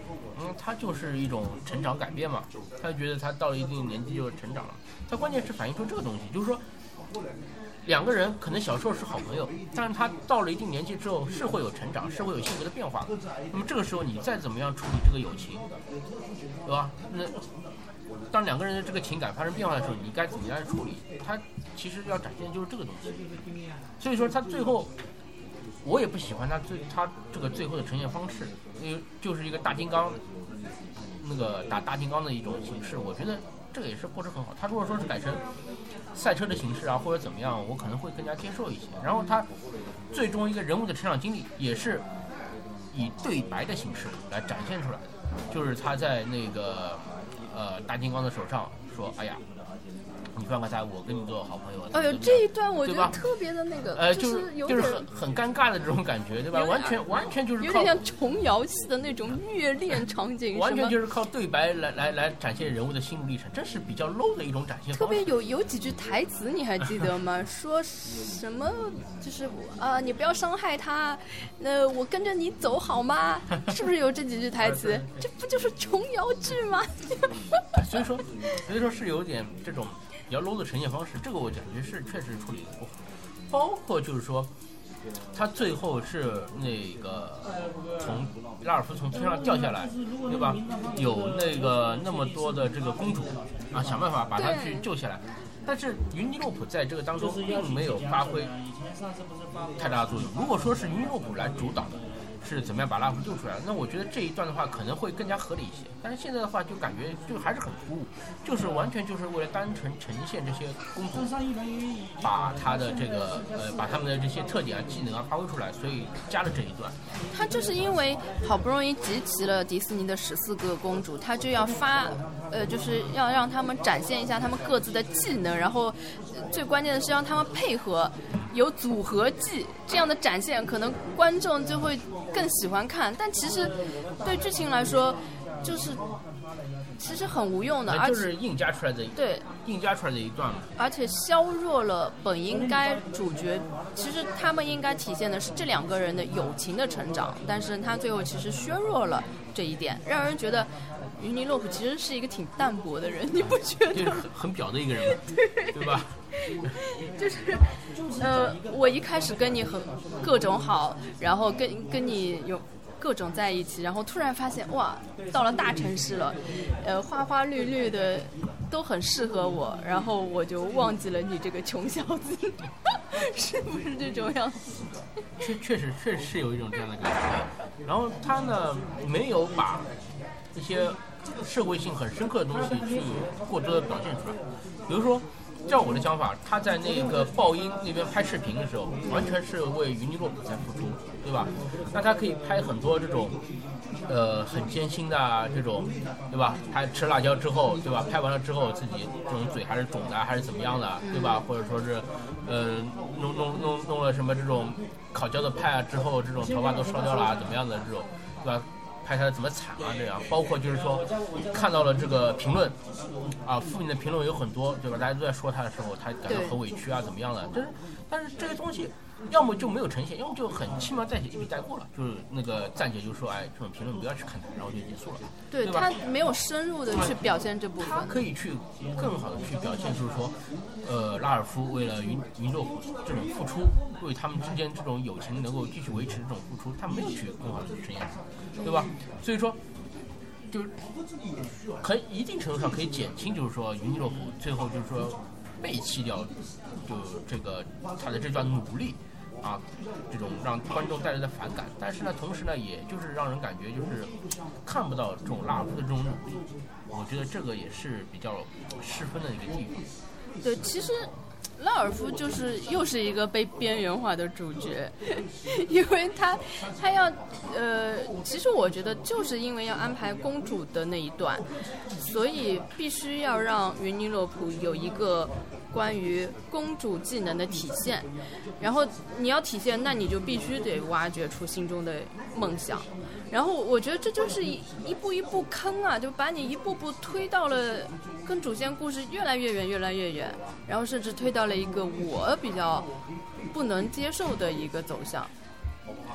他就是一种成长改变嘛，他就觉得他到了一定年纪就成长了。他关键是反映出这个东西，就是说两个人可能小时候是好朋友，但是他到了一定年纪之后是会有成长，是会有性格的变化的。那么这个时候你再怎么样处理这个友情，对吧？那当两个人的这个情感发生变化的时候，你该怎么样处理？他其实要展现的就是这个东西。所以说他最后，我也不喜欢他这个最后的呈现方式，就是一个大金刚，那个打大金刚的一种形式。我觉得这个也是不是很好。他如果说是改成赛车的形式啊，或者怎么样，我可能会更加接受一些。然后他最终一个人物的成长经历也是以对白的形式来展现出来的，就是他在那个大金刚的手上说：“哎呀，你放开他，我跟你做好朋友。” 哎呦，这一段我觉得特别的那个， 就是有点很尴尬的这种感觉，对吧？完全就是有点像琼瑶戏的那种虐恋场景， 完全就是靠对白来展现人物的心路历程，这是比较 low 的一种展现方式。 特别有几句台词你还记得吗？说什么就是你不要伤害他，我跟着你走好吗？是不是有这几句台词？这不就是琼瑶剧吗？ 所以说是有点这种比较 low 的呈现方式，这个我感觉是确实处理的不好。包括就是说，他最后是那个从拉尔夫从天上掉下来，对吧？有那么多的这个公主啊，想办法把他去救下来。但是云尼洛普在这个当中并没有发挥太大的作用。如果说是云尼洛普来主导的，是怎么样把拉夫救出来，那我觉得这一段的话可能会更加合理一些。但是现在的话就感觉就还是很突兀，就是完全就是为了单纯呈现这些公主，把他的这个把他们的这些特点啊、技能啊发挥出来，所以加了这一段。 他就是因为好不容易集齐了迪士尼的14个公主，他就要就是要让他们展现一下他们各自的技能，然后最关键的是让他们配合，有组合技，这样的展现可能观众就会更喜欢看。但其实对剧情来说，就是其实很无用的， 就是硬加出来的， 对， 硬加出来的一段嘛。 而且削弱了本应该主角，其实他们应该体现的是这两个人的友情的成长，但是他最后其实削弱了这一点，让人觉得云尼洛普其实是一个挺淡薄的人，你不觉得？ 就是很表的一个人，对吧？ 就是我一开始跟你各种好，然后跟你有各种在一起，然后突然发现哇，到了大城市了，花花绿绿的都很适合我，然后我就忘记了你这个穷小子，是不是这种样子？ 确实是有一种这样的感觉。然后他呢没有把一些社会性很深刻的东西去过多的表现出来，比如说照我的想法，他在那个爆音那边拍视频的时候，完全是为云尼洛普在付出，对吧？那他可以拍很多这种很艰辛的这种，对吧？他吃辣椒之后，对吧？拍完了之后自己这种嘴还是肿的，还是怎么样的，对吧？或者说是弄了什么这种烤焦的派啊之后，这种头发都烧掉了怎么样的这种，对吧？拍他怎么惨啊这样，包括就是说看到了这个评论啊，负面的评论有很多，对吧？大家都在说他的时候，他感到很委屈啊怎么样的，但是这些东西要么就没有呈现，要么就很轻描淡写一笔带过了，就是那个站姐就说，哎，这种评论不要去看它，然后就结束了。对吧？ 他没有深入的去表现这部分。 他可以去更好的去表现，就是说，拉尔夫为了云洛普这种付出，为他们之间这种友情能够继续维持这种付出，他没有去更好的呈现，对吧？所以说，就是一定程度上可以减轻，就是说云洛普最后就是说背弃掉，就这个他的这段努力。啊，这种让观众带来的反感，但是呢，同时呢，也就是让人感觉就是看不到这种拉尔夫的这种努力，我觉得这个也是比较失分的一个地方。 对，其实拉尔夫又是一个被边缘化的主角，因为他要其实我觉得就是因为要安排公主的那一段，所以必须要让云尼洛普有一个关于公主技能的体现，然后你要体现，那你就必须得挖掘出心中的梦想。然后我觉得这就是一步一步坑啊，就把你一步步推到了跟主线故事越来越远越来越远，然后甚至推到了一个我比较不能接受的一个走向。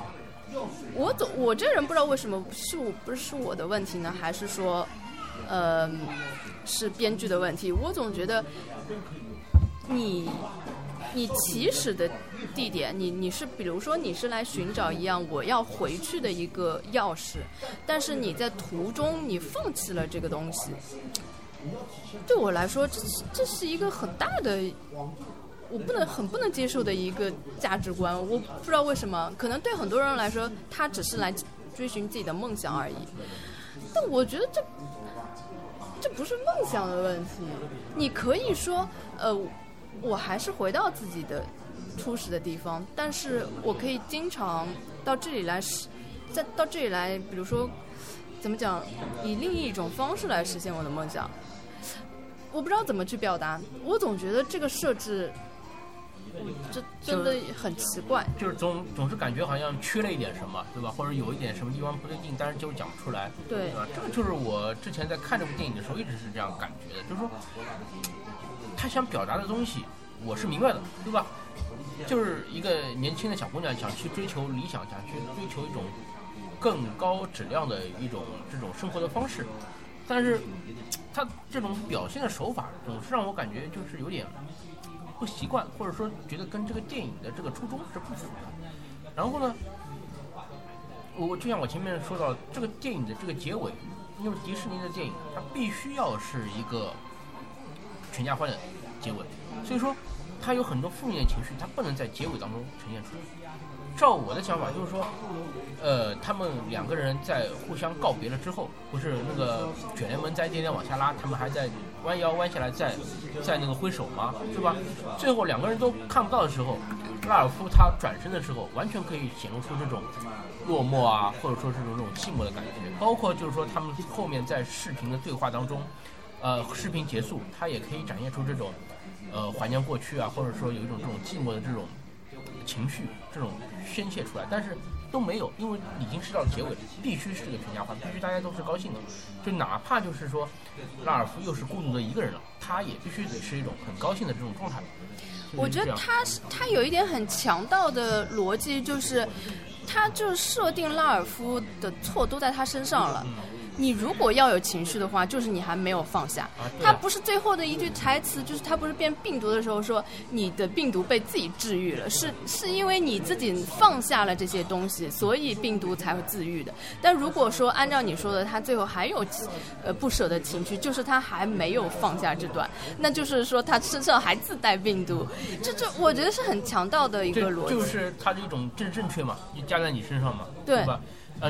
我这人不知道为什么不是我的问题呢，还是说是编剧的问题？我总觉得你起始的地点，你是比如说你是来寻找一样我要回去的一个钥匙，但是你在途中你放弃了这个东西，对我来说这是一个很大的我不能接受的一个价值观。我不知道为什么，可能对很多人来说他只是来追寻自己的梦想而已，但我觉得这不是梦想的问题。你可以说我还是回到自己的初始的地方，但是我可以经常到这里来到这里来，比如说怎么讲，以另一种方式来实现我的梦想。我不知道怎么去表达，我总觉得这个设置这真的很奇怪， 就是总是感觉好像缺了一点什么，对吧？或者有一点什么地方不对劲，但是就是讲不出来， 对吧？这个就是我之前在看这部电影的时候一直是这样感觉的，就是说他想表达的东西我是明白的，对吧？就是一个年轻的小姑娘想去追求理想，想去追求一种更高质量的一种这种生活的方式，但是他这种表现的手法总是让我感觉就是有点不习惯，或者说觉得跟这个电影的这个初衷是不符的。然后呢，我就像我前面说到，这个电影的这个结尾，因为迪士尼的电影它必须要是一个全家欢的结尾，所以说它有很多负面的情绪，它不能在结尾当中呈现出来。照我的想法就是说，他们两个人在互相告别了之后，不是那个卷帘门在一点点往下拉，他们还在弯腰弯下来在那个挥手吗？是吧？最后两个人都看不到的时候，拉尔夫他转身的时候，完全可以显露出这种落寞啊，或者说是这种寂寞的感觉。包括就是说他们后面在视频的对话当中，视频结束，他也可以展现出这种怀念过去啊，或者说有一种这种寂寞的这种情绪，这种宣泄出来，但是都没有，因为已经是到了结尾，必须是个全家欢，必须大家都是高兴的，就哪怕就是说拉尔夫又是孤独的一个人了，他也必须得是一种很高兴的这种状态。 我觉得他有一点很强盗的逻辑，就是他就设定拉尔夫的错都在他身上了。你如果要有情绪的话，就是你还没有放下。他不是最后的一句台词，就是他不是变病毒的时候说你的病毒被自己治愈了，是因为你自己放下了这些东西，所以病毒才会自愈的。但如果说按照你说的，他最后还有不舍的情绪，就是他还没有放下这段，那就是说他身上还自带病毒。这我觉得是很强盗的一个逻辑， 就是他这种政治正确嘛，就加在你身上嘛，对吧？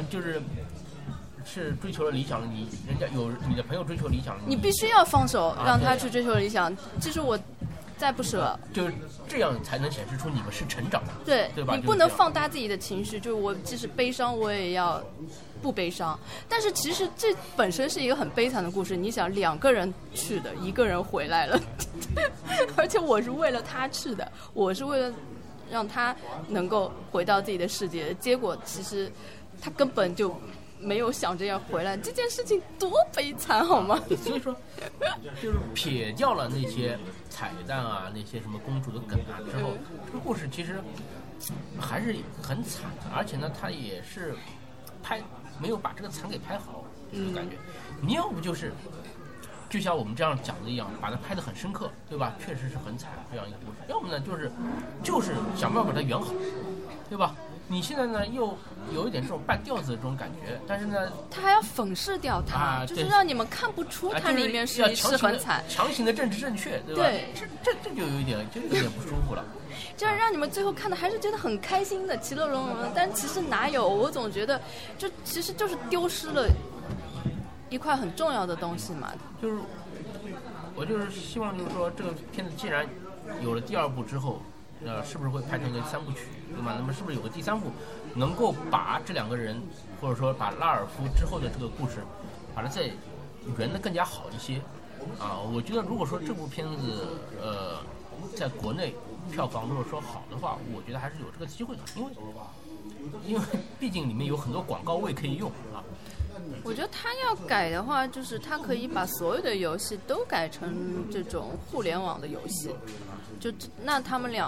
是追求了理想的你，人家有你的朋友追求理想的你必须要放手，让他去追求理想。就是我再不舍， 就是这样才能显示出你们是成长的， 对吧？ 你不能放大自己的情绪，就是我即使悲伤，我也要不悲伤。但是其实这本身是一个很悲惨的故事。你想，两个人去的，一个人回来了，而且我是为了他去的，我是为了让他能够回到自己的世界。结果其实他根本就没有想着要回来，这件事情多悲惨好吗？ 所以说就是撇掉了那些彩蛋啊，那些什么公主的梗啊之后，这个故事其实还是很惨的，而且呢他也是没有把这个惨给拍好，这个感觉。你要不就是就像我们这样讲的一样，把它拍得很深刻，对吧？确实是很惨这样一个故事。要么呢就是想办法把它圆好，对吧？你现在呢又有一点这种半吊子的这种感觉，但是呢他还要粉饰掉它，就是让你们看不出它里面是很惨， 强行的政治正确，对吧？ 对， 这就有一点不舒服了。 就是让你们最后看的还是觉得很开心的，其乐融融的，但其实哪有？我总觉得这其实就是丢失了一块很重要的东西嘛。 我就是希望就是说这个片子既然有了第二部之后，是不是会拍成一个3部曲，对吗？那么是不是有个第3部能够把这两个人，或者说把拉尔夫之后的这个故事，把它再圆得更加好一些啊？我觉得如果说这部片子在国内票房如果说好的话，我觉得还是有这个机会的，因为毕竟里面有很多广告位可以用啊。 我觉得他要改的话，就是他可以把所有的游戏都改成这种互联网的游戏，就那他们俩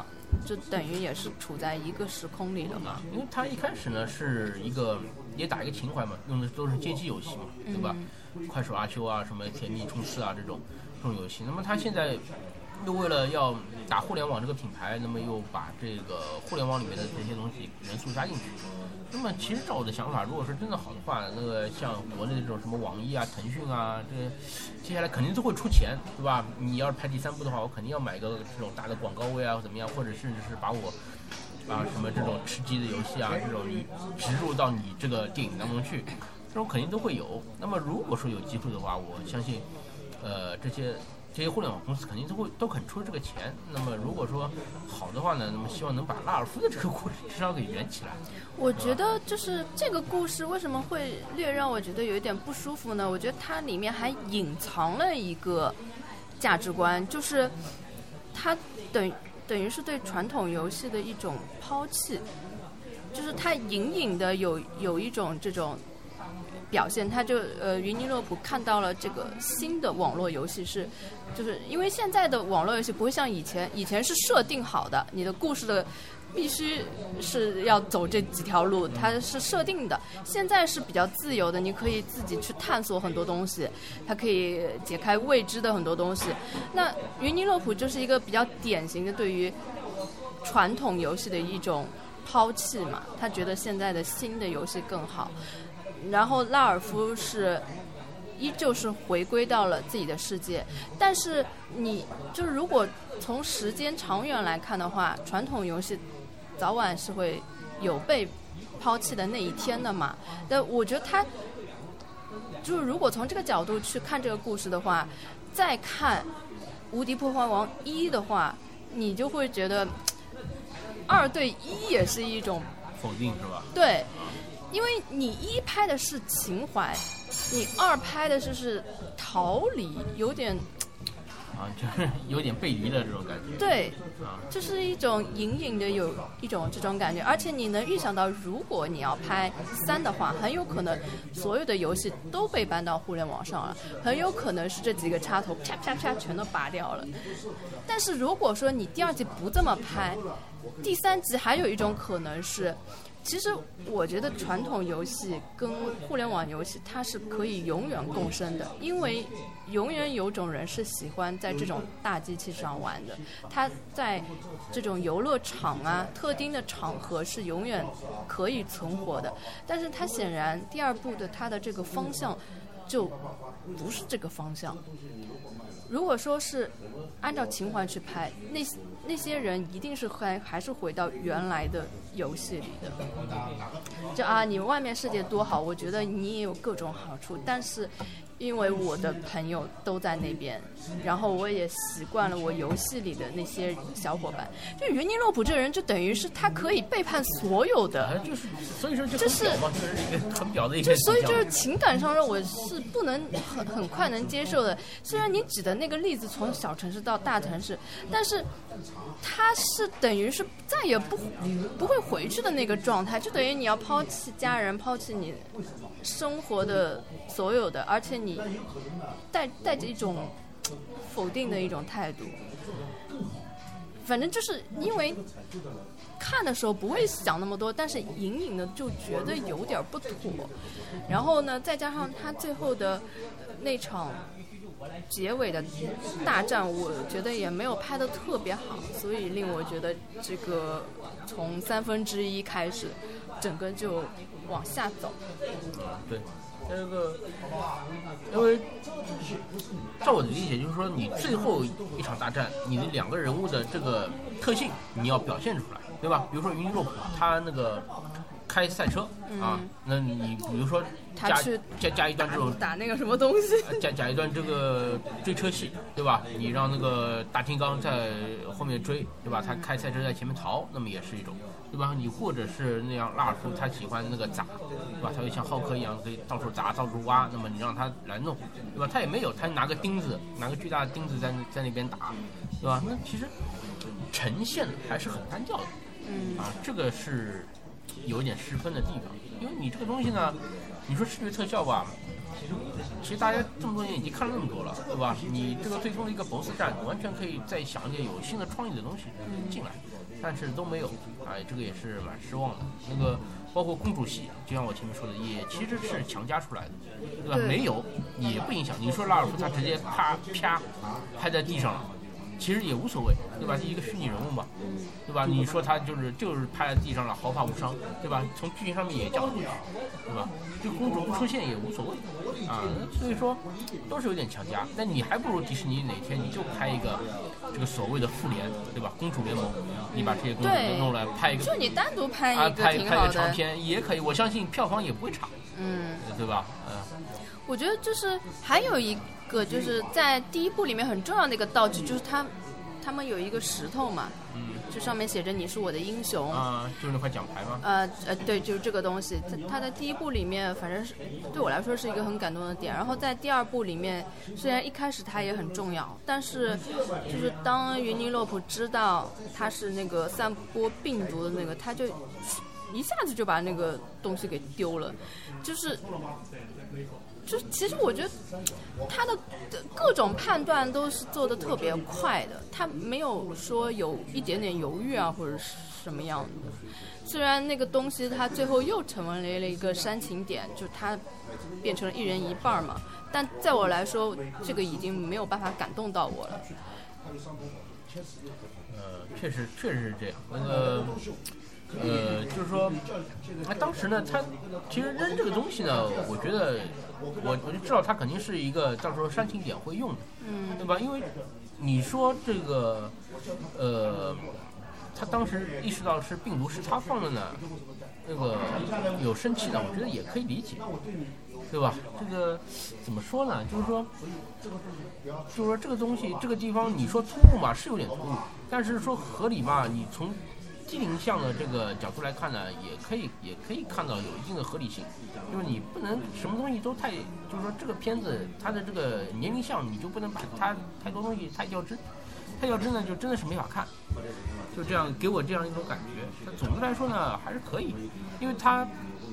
就等于也是处在一个时空里了嘛。 因为它一开始呢是一个也打一个情怀嘛，用的都是街机游戏嘛，对吧？快手阿秋啊，什么甜蜜冲刺啊这种游戏。那么它现在又为了要打互联网这个品牌，那么又把这个互联网里面的这些东西元素加进去。那么其实照我的想法，如果是真的好的话，那个像国内这种什么网易啊、腾讯啊，这接下来肯定都会出钱，对吧？你要是拍第3部的话，我肯定要买个这种大的广告位啊，或怎么样，或者甚至是把我什么这种吃鸡的游戏啊，这种植入到你这个电影当中去，这种肯定都会有。那么如果说有机会的话，我相信，这些互联网公司肯定都肯出这个钱。那么如果说好的话呢，那么希望能把拉尔夫的这个故事至少给圆起来。 我觉得就是这个故事为什么会略让我觉得有一点不舒服呢？我觉得它里面还隐藏了一个价值观，就是它等于是对传统游戏的一种抛弃，就是它隐隐的有一种这种表现。他就云尼洛普看到了这个新的网络游戏就是因为现在的网络游戏不会像以前是设定好的，你的故事的必须是要走这几条路，它是设定的。现在是比较自由的，你可以自己去探索很多东西，它可以解开未知的很多东西。那云尼洛普就是一个比较典型的对于传统游戏的一种抛弃嘛，他觉得现在的新的游戏更好。然后拉尔夫依旧是回归到了自己的世界，但是你就是如果从时间长远来看的话，传统游戏早晚是会有被抛弃的那一天的嘛。但我觉得他就是如果从这个角度去看这个故事的话，再看《无敌破坏王1》的话，你就会觉得2对1也是一种否定，是吧？ 对，因为你1拍的是情怀，你2拍的就是逃离，有点就是有点背离的这种感觉。 对，就是一种隐隐的有一种这种感觉。而且你能预想到，如果你要拍3的话，很有可能所有的游戏都被搬到互联网上了，很有可能是这几个插头啪啪啪全都拔掉了。但是如果说你第2季不这么拍，第3集还有一种可能是，其实我觉得传统游戏跟互联网游戏它是可以永远共生的，因为永远有种人是喜欢在这种大机器上玩的，他在这种游乐场啊特定的场合是永远可以存活的。但是他显然第2部的他的这个方向就不是这个方向。如果说是按照情怀去拍，那些人一定是还是回到原来的游戏里的。就你外面世界多好，我觉得你也有各种好处，但是因为我的朋友都在那边，然后我也习惯了我游戏里的那些小伙伴。就云尼洛普这人，就等于是他可以背叛所有的， 就是所以说这是一个很表的一个， 所以就是情感上让我是不能很快能接受的。虽然你指的那个例子从小城市到大城市，但是他是等于是再也不会回去的那个状态，就等于你要抛弃家人，抛弃你生活的所有的，而且你带着一种否定的一种态度。反正就是因为看的时候不会想那么多，但是隐隐的就觉得有点不妥。然后呢，再加上他最后的那场结尾的大战，我觉得也没有拍得特别好，所以令我觉得这个从1/3开始，整个就往下走。 对，这个因为照我的理解，就是说你最后一场大战，你的2个人物的这个特性你要表现出来，对吧？比如说云尼洛普他那个开赛车那你比如说加一段这种打那个什么东西， 加一段这个追车戏，对吧？你让那个大金刚在后面追，对吧？他开赛车在前面逃，那么也是一种，对吧？你或者是那样，拉尔夫他喜欢那个砸，对吧？他就像浩克一样可以到处砸到处挖，那么你让他来弄，对吧？他也没有，他拿个巨大的钉子在那边打，对吧？那其实呈现还是很单调的，这个是有一点失分的地方。因为你这个东西呢，你说视觉特效吧， 其实大家这么多年已经看了那么多了，对吧？你这个最终的一个 BOSS 战，完全可以再想一点有新的创意的东西进来，但是都没有，哎，这个也是蛮失望的。那个包括公主系，就像我前面说的，也其实是强加出来的，对吧？没有也不影响。你说拉尔夫他直接啪拍在地上了。其实也无所谓，对吧？一个虚拟人物嘛，对吧？你说他就是拍在地上了，毫发无伤，对吧？从剧情上面也讲过去，对吧？这个公主不出现也无所谓啊，所以说都是有点强加。但你还不如迪士尼哪天你就拍一个这个所谓的复联，对吧？公主联盟，你把这些公主都弄来拍一个， 就你单独拍一个拍挺好的， 拍个长片也可以，我相信票房也不会差，对吧？ 我觉得就是还有一个就是在第一部里面很重要的一个道具，就是他们有一个石头嘛，就上面写着你是我的英雄啊，就是那块奖牌吗？ 对，就是这个东西，它在第一部里面反正是对我来说是一个很感动的点。然后在第二部里面，虽然一开始它也很重要，但是就是当云尼洛普知道他是那个散播病毒的那个，他就一下子就把那个东西给丢了，就是其实我觉得他的各种判断都是做得特别快的，他没有说有一点点犹豫啊或者是什么样的。虽然那个东西它最后又成为了一个煽情点，就它变成了一人一半嘛，但在我来说这个已经没有办法感动到我了。 确实是这样。那个就是说，当时呢，他其实扔这个东西呢，我觉得我就知道他肯定是一个到时候煽情点会用的，对吧？因为你说这个，他当时意识到是病毒是他放的呢，那个有生气的，我觉得也可以理解，对吧？这个怎么说呢？就是说这个东西这个地方，你说突兀嘛，是有点突兀，但是说合理嘛，你从机灵项的这个角度来看呢，也可以看到有一定的合理性，就是你不能什么东西都太，就是说这个片子它的这个年龄项，你就不能把它太多东西太较真呢，就真的是没法看，就这样给我这样一种感觉。但总的来说呢，还是可以，因为它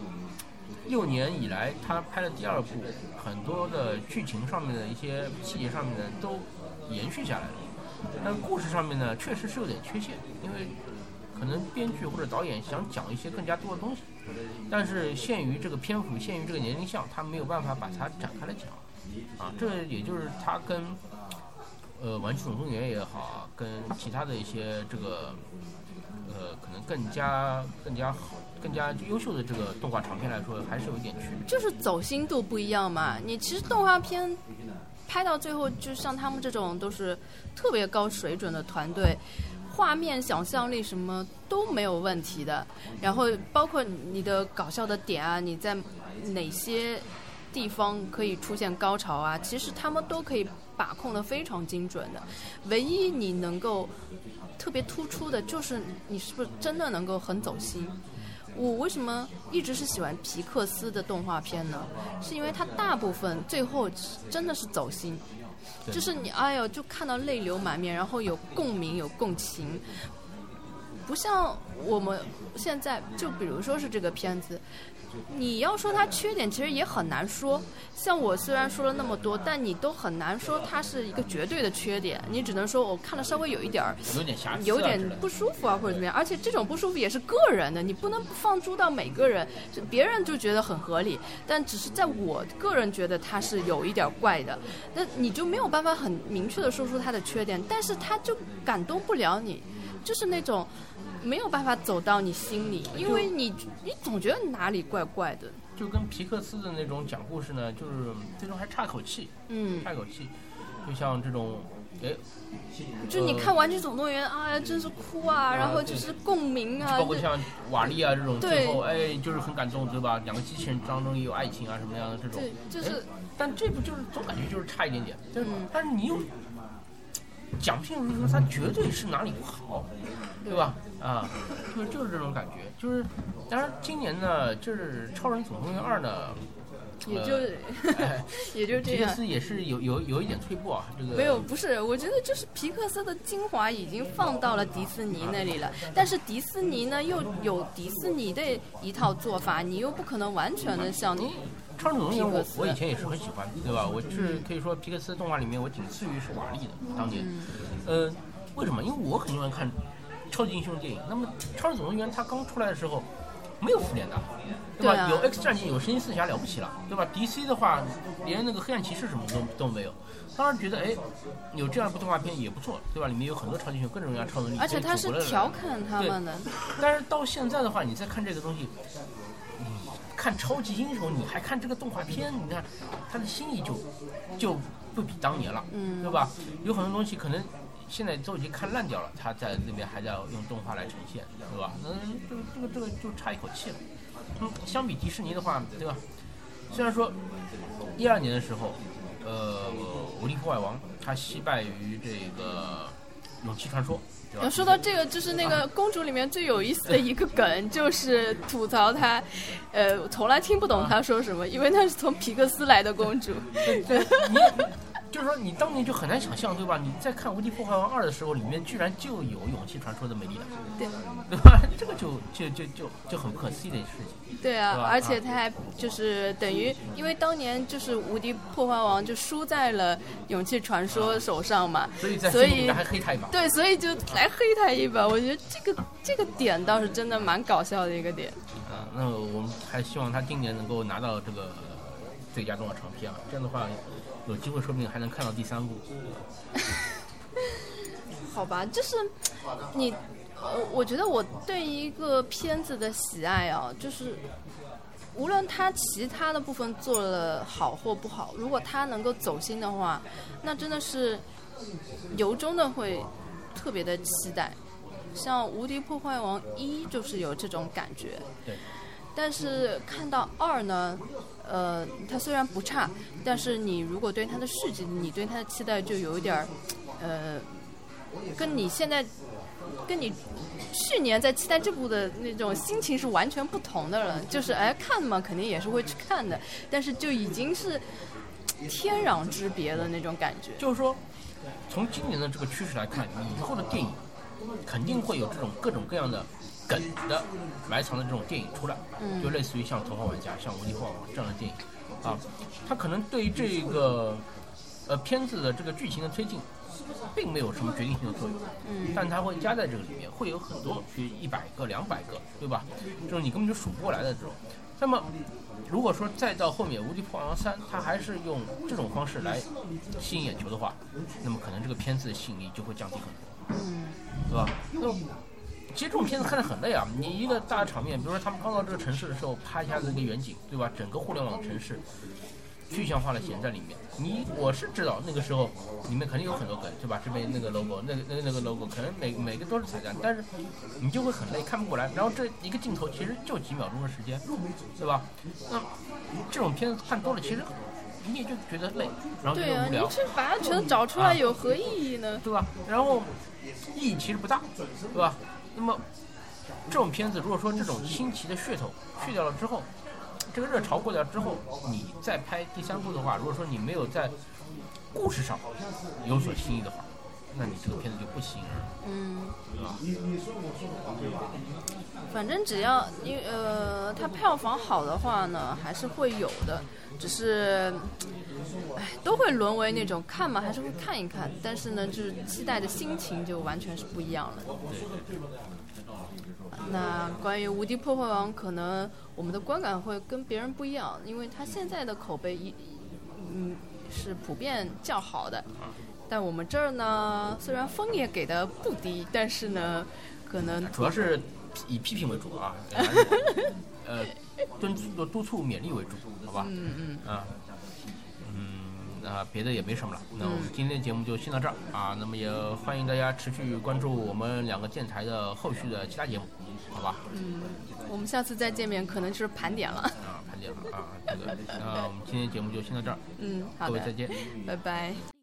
6年以来他拍了第二部，很多的剧情上面的一些细节上面呢都延续下来了，但故事上面呢确实是有点缺陷，因为可能编剧或者导演想讲一些更加多的东西，但是限于这个篇幅，限于这个年龄项，他没有办法把它展开来讲啊。这也就是他跟玩具总动员也好，跟其他的一些这个可能更加好、更加优秀的这个动画长片来说，还是有一点区别， 就是走心度不一样嘛。你其实动画片拍到最后，就像他们这种都是特别高水准的团队，画面想象力什么都没有问题的，然后包括你的搞笑的点啊，你在哪些地方可以出现高潮啊，其实他们都可以把控得非常精准的。唯一你能够特别突出的就是你是不是真的能够很走心。我为什么一直是喜欢皮克斯的动画片呢？是因为它大部分最后真的是走心，就是你就看到泪流满面，然后有共鸣有共情，不像我们现在就比如说是这个片子，你要说它缺点其实也很难说，像我虽然说了那么多，但你都很难说它是一个绝对的缺点，你只能说我看了稍微有一点瑕疵， 有点不舒服啊或者怎么样，而且这种不舒服也是个人的，你不能放诸到每个人，别人就觉得很合理，但只是在我个人觉得它是有一点怪的，那你就没有办法很明确的说出它的缺点，但是它就感动不了你，就是那种没有办法走到你心里，因为你总觉得哪里怪怪的， 就跟皮克斯的那种讲故事呢，就是最终还差口气，差口气，就像这种， 就你看《玩具总动员》真是哭啊，然后就是共鸣啊， 包括像瓦力啊这种，最后就是很感动，对吧？两个机器人当中也有爱情啊什么样的这种， 对，就是， 但这部就是总感觉就是差一点点，但是你又讲不清楚说它绝对是哪里不好，对吧？就是这种感觉，就是当然今年呢，就是《超人总动员2》呢， 也就这样。 皮克斯也是有一点退步啊，这个没有，不是，我觉得就是皮克斯的精华已经放到了迪士尼那里了，但是迪士尼呢又有迪士尼的一套做法，你又不可能完全的像超人总动员我以前也是很喜欢，对吧？我是可以说皮克斯动画里面我仅次于是瓦力的当年。为什么？因为我很喜欢看超级英雄电影。那么超人总动员它刚出来的时候没有复联的，对吧？有 X 战警，有神奇四侠，了不起了，对吧 ？DC 的话连那个黑暗骑士什么都没有。当然觉得有这样一部动画片也不错，对吧？里面有很多超级英雄，各种各样超能力， 而且他是调侃他们的。 但是到现在的话，你再看这个东西，看超级英雄，你还看这个动画片，你看他的心意就不比当年了，对吧？有很多东西可能现在都已经看烂掉了，他在那边还在用动画来呈现，对吧？那这个就差一口气了。相比迪士尼的话，对吧？虽然说12年的时候，无敌破坏王他惜败于这个勇气传说。 说到这个，就是那个公主里面最有意思的一个梗，就是吐槽她，从来听不懂她说什么，因为她是从皮克斯来的公主。 对，就是说你当年就很难想象，对吧？你在看《无敌破坏王2》的时候，里面居然就有勇气传说的美丽的，对吧？这个就很不可思议的事情。 对啊，而且他还就是等于，因为当年就是无敌破坏王就输在了勇气传说手上嘛， 所以还黑他一把。 对，所以就来黑他一把。我觉得这个点倒是真的蛮搞笑的一个点。 那我们还希望他今年能够拿到这个最佳动画长片啊，这样的话有机会说不定还能看到第3部。 好吧，就是你。我觉得我对一个片子的喜爱啊，就是无论他其他的部分做了好或不好，如果他能够走心的话，那真的是由衷的会特别的期待。像《无敌破坏王1》就是有这种感觉， 对。 但是看到2呢，它虽然不差，但是你如果对它的续集，你对它的期待就有一点跟你去年在期待这部的那种心情是完全不同的了。就是看嘛，肯定也是会去看的，但是就已经是天壤之别的那种感觉。 就是说，从今年的这个趋势来看，以后的电影肯定会有这种各种各样的梗的埋藏的这种电影出来，就类似于像《头号玩家》、像《无敌破坏王》这样的电影啊，它可能对于这个片子的这个剧情的推进并没有什么决定性的作用，但它会加在这个里面，会有很多，比如100个、200个，对吧？这种你根本就数不过来的这种。那么，如果说再到后面《无敌破坏王3》，它还是用这种方式来吸引眼球的话，那么可能这个片子的吸引力就会降低很多，对吧？那其实这种片子看得很累啊！你一个大场面，比如说他们刚到这个城市的时候，拍一下子一个远景，对吧？整个互联网城市具象化的显在里面。我是知道那个时候里面肯定有很多梗，对吧？这边那个 logo， 那个 logo， 可能每个都是彩蛋，但是你就会很累，看不过来。然后这一个镜头其实就几秒钟的时间，对吧？那这种片子看多了，其实你也就觉得累，然后就无聊。 对啊，你这把它全都找出来有何意义呢？ 对吧？然后意义其实不大，对吧？那么这种片子，如果说这种新奇的噱头去掉了之后，这个热潮过掉之后，你再拍第3部的话，如果说你没有在故事上有所新意的话，那你这个片子就不吸引人，对吧？ 反正只要它票房好的话呢，还是会有的，只是都会沦为那种看嘛，还是会看一看，但是呢，就是期待的心情就完全是不一样了。那关于《无敌破坏王》，可能我们的观感会跟别人不一样，因为它现在的口碑是普遍较好的。但我们这儿呢，虽然分也给的不低，但是呢，可能主要是以批评为主啊，督促勉励为主，好吧？别的也没什么了。那我们今天的节目就先到这儿啊。那么也欢迎大家持续关注我们2个电台的后续的其他节目，好吧？ 我们下次再见面可能就是盘点了。 盘点了啊，这个。那我们今天的节目就先到这儿。 好的。 各位再见， 拜拜。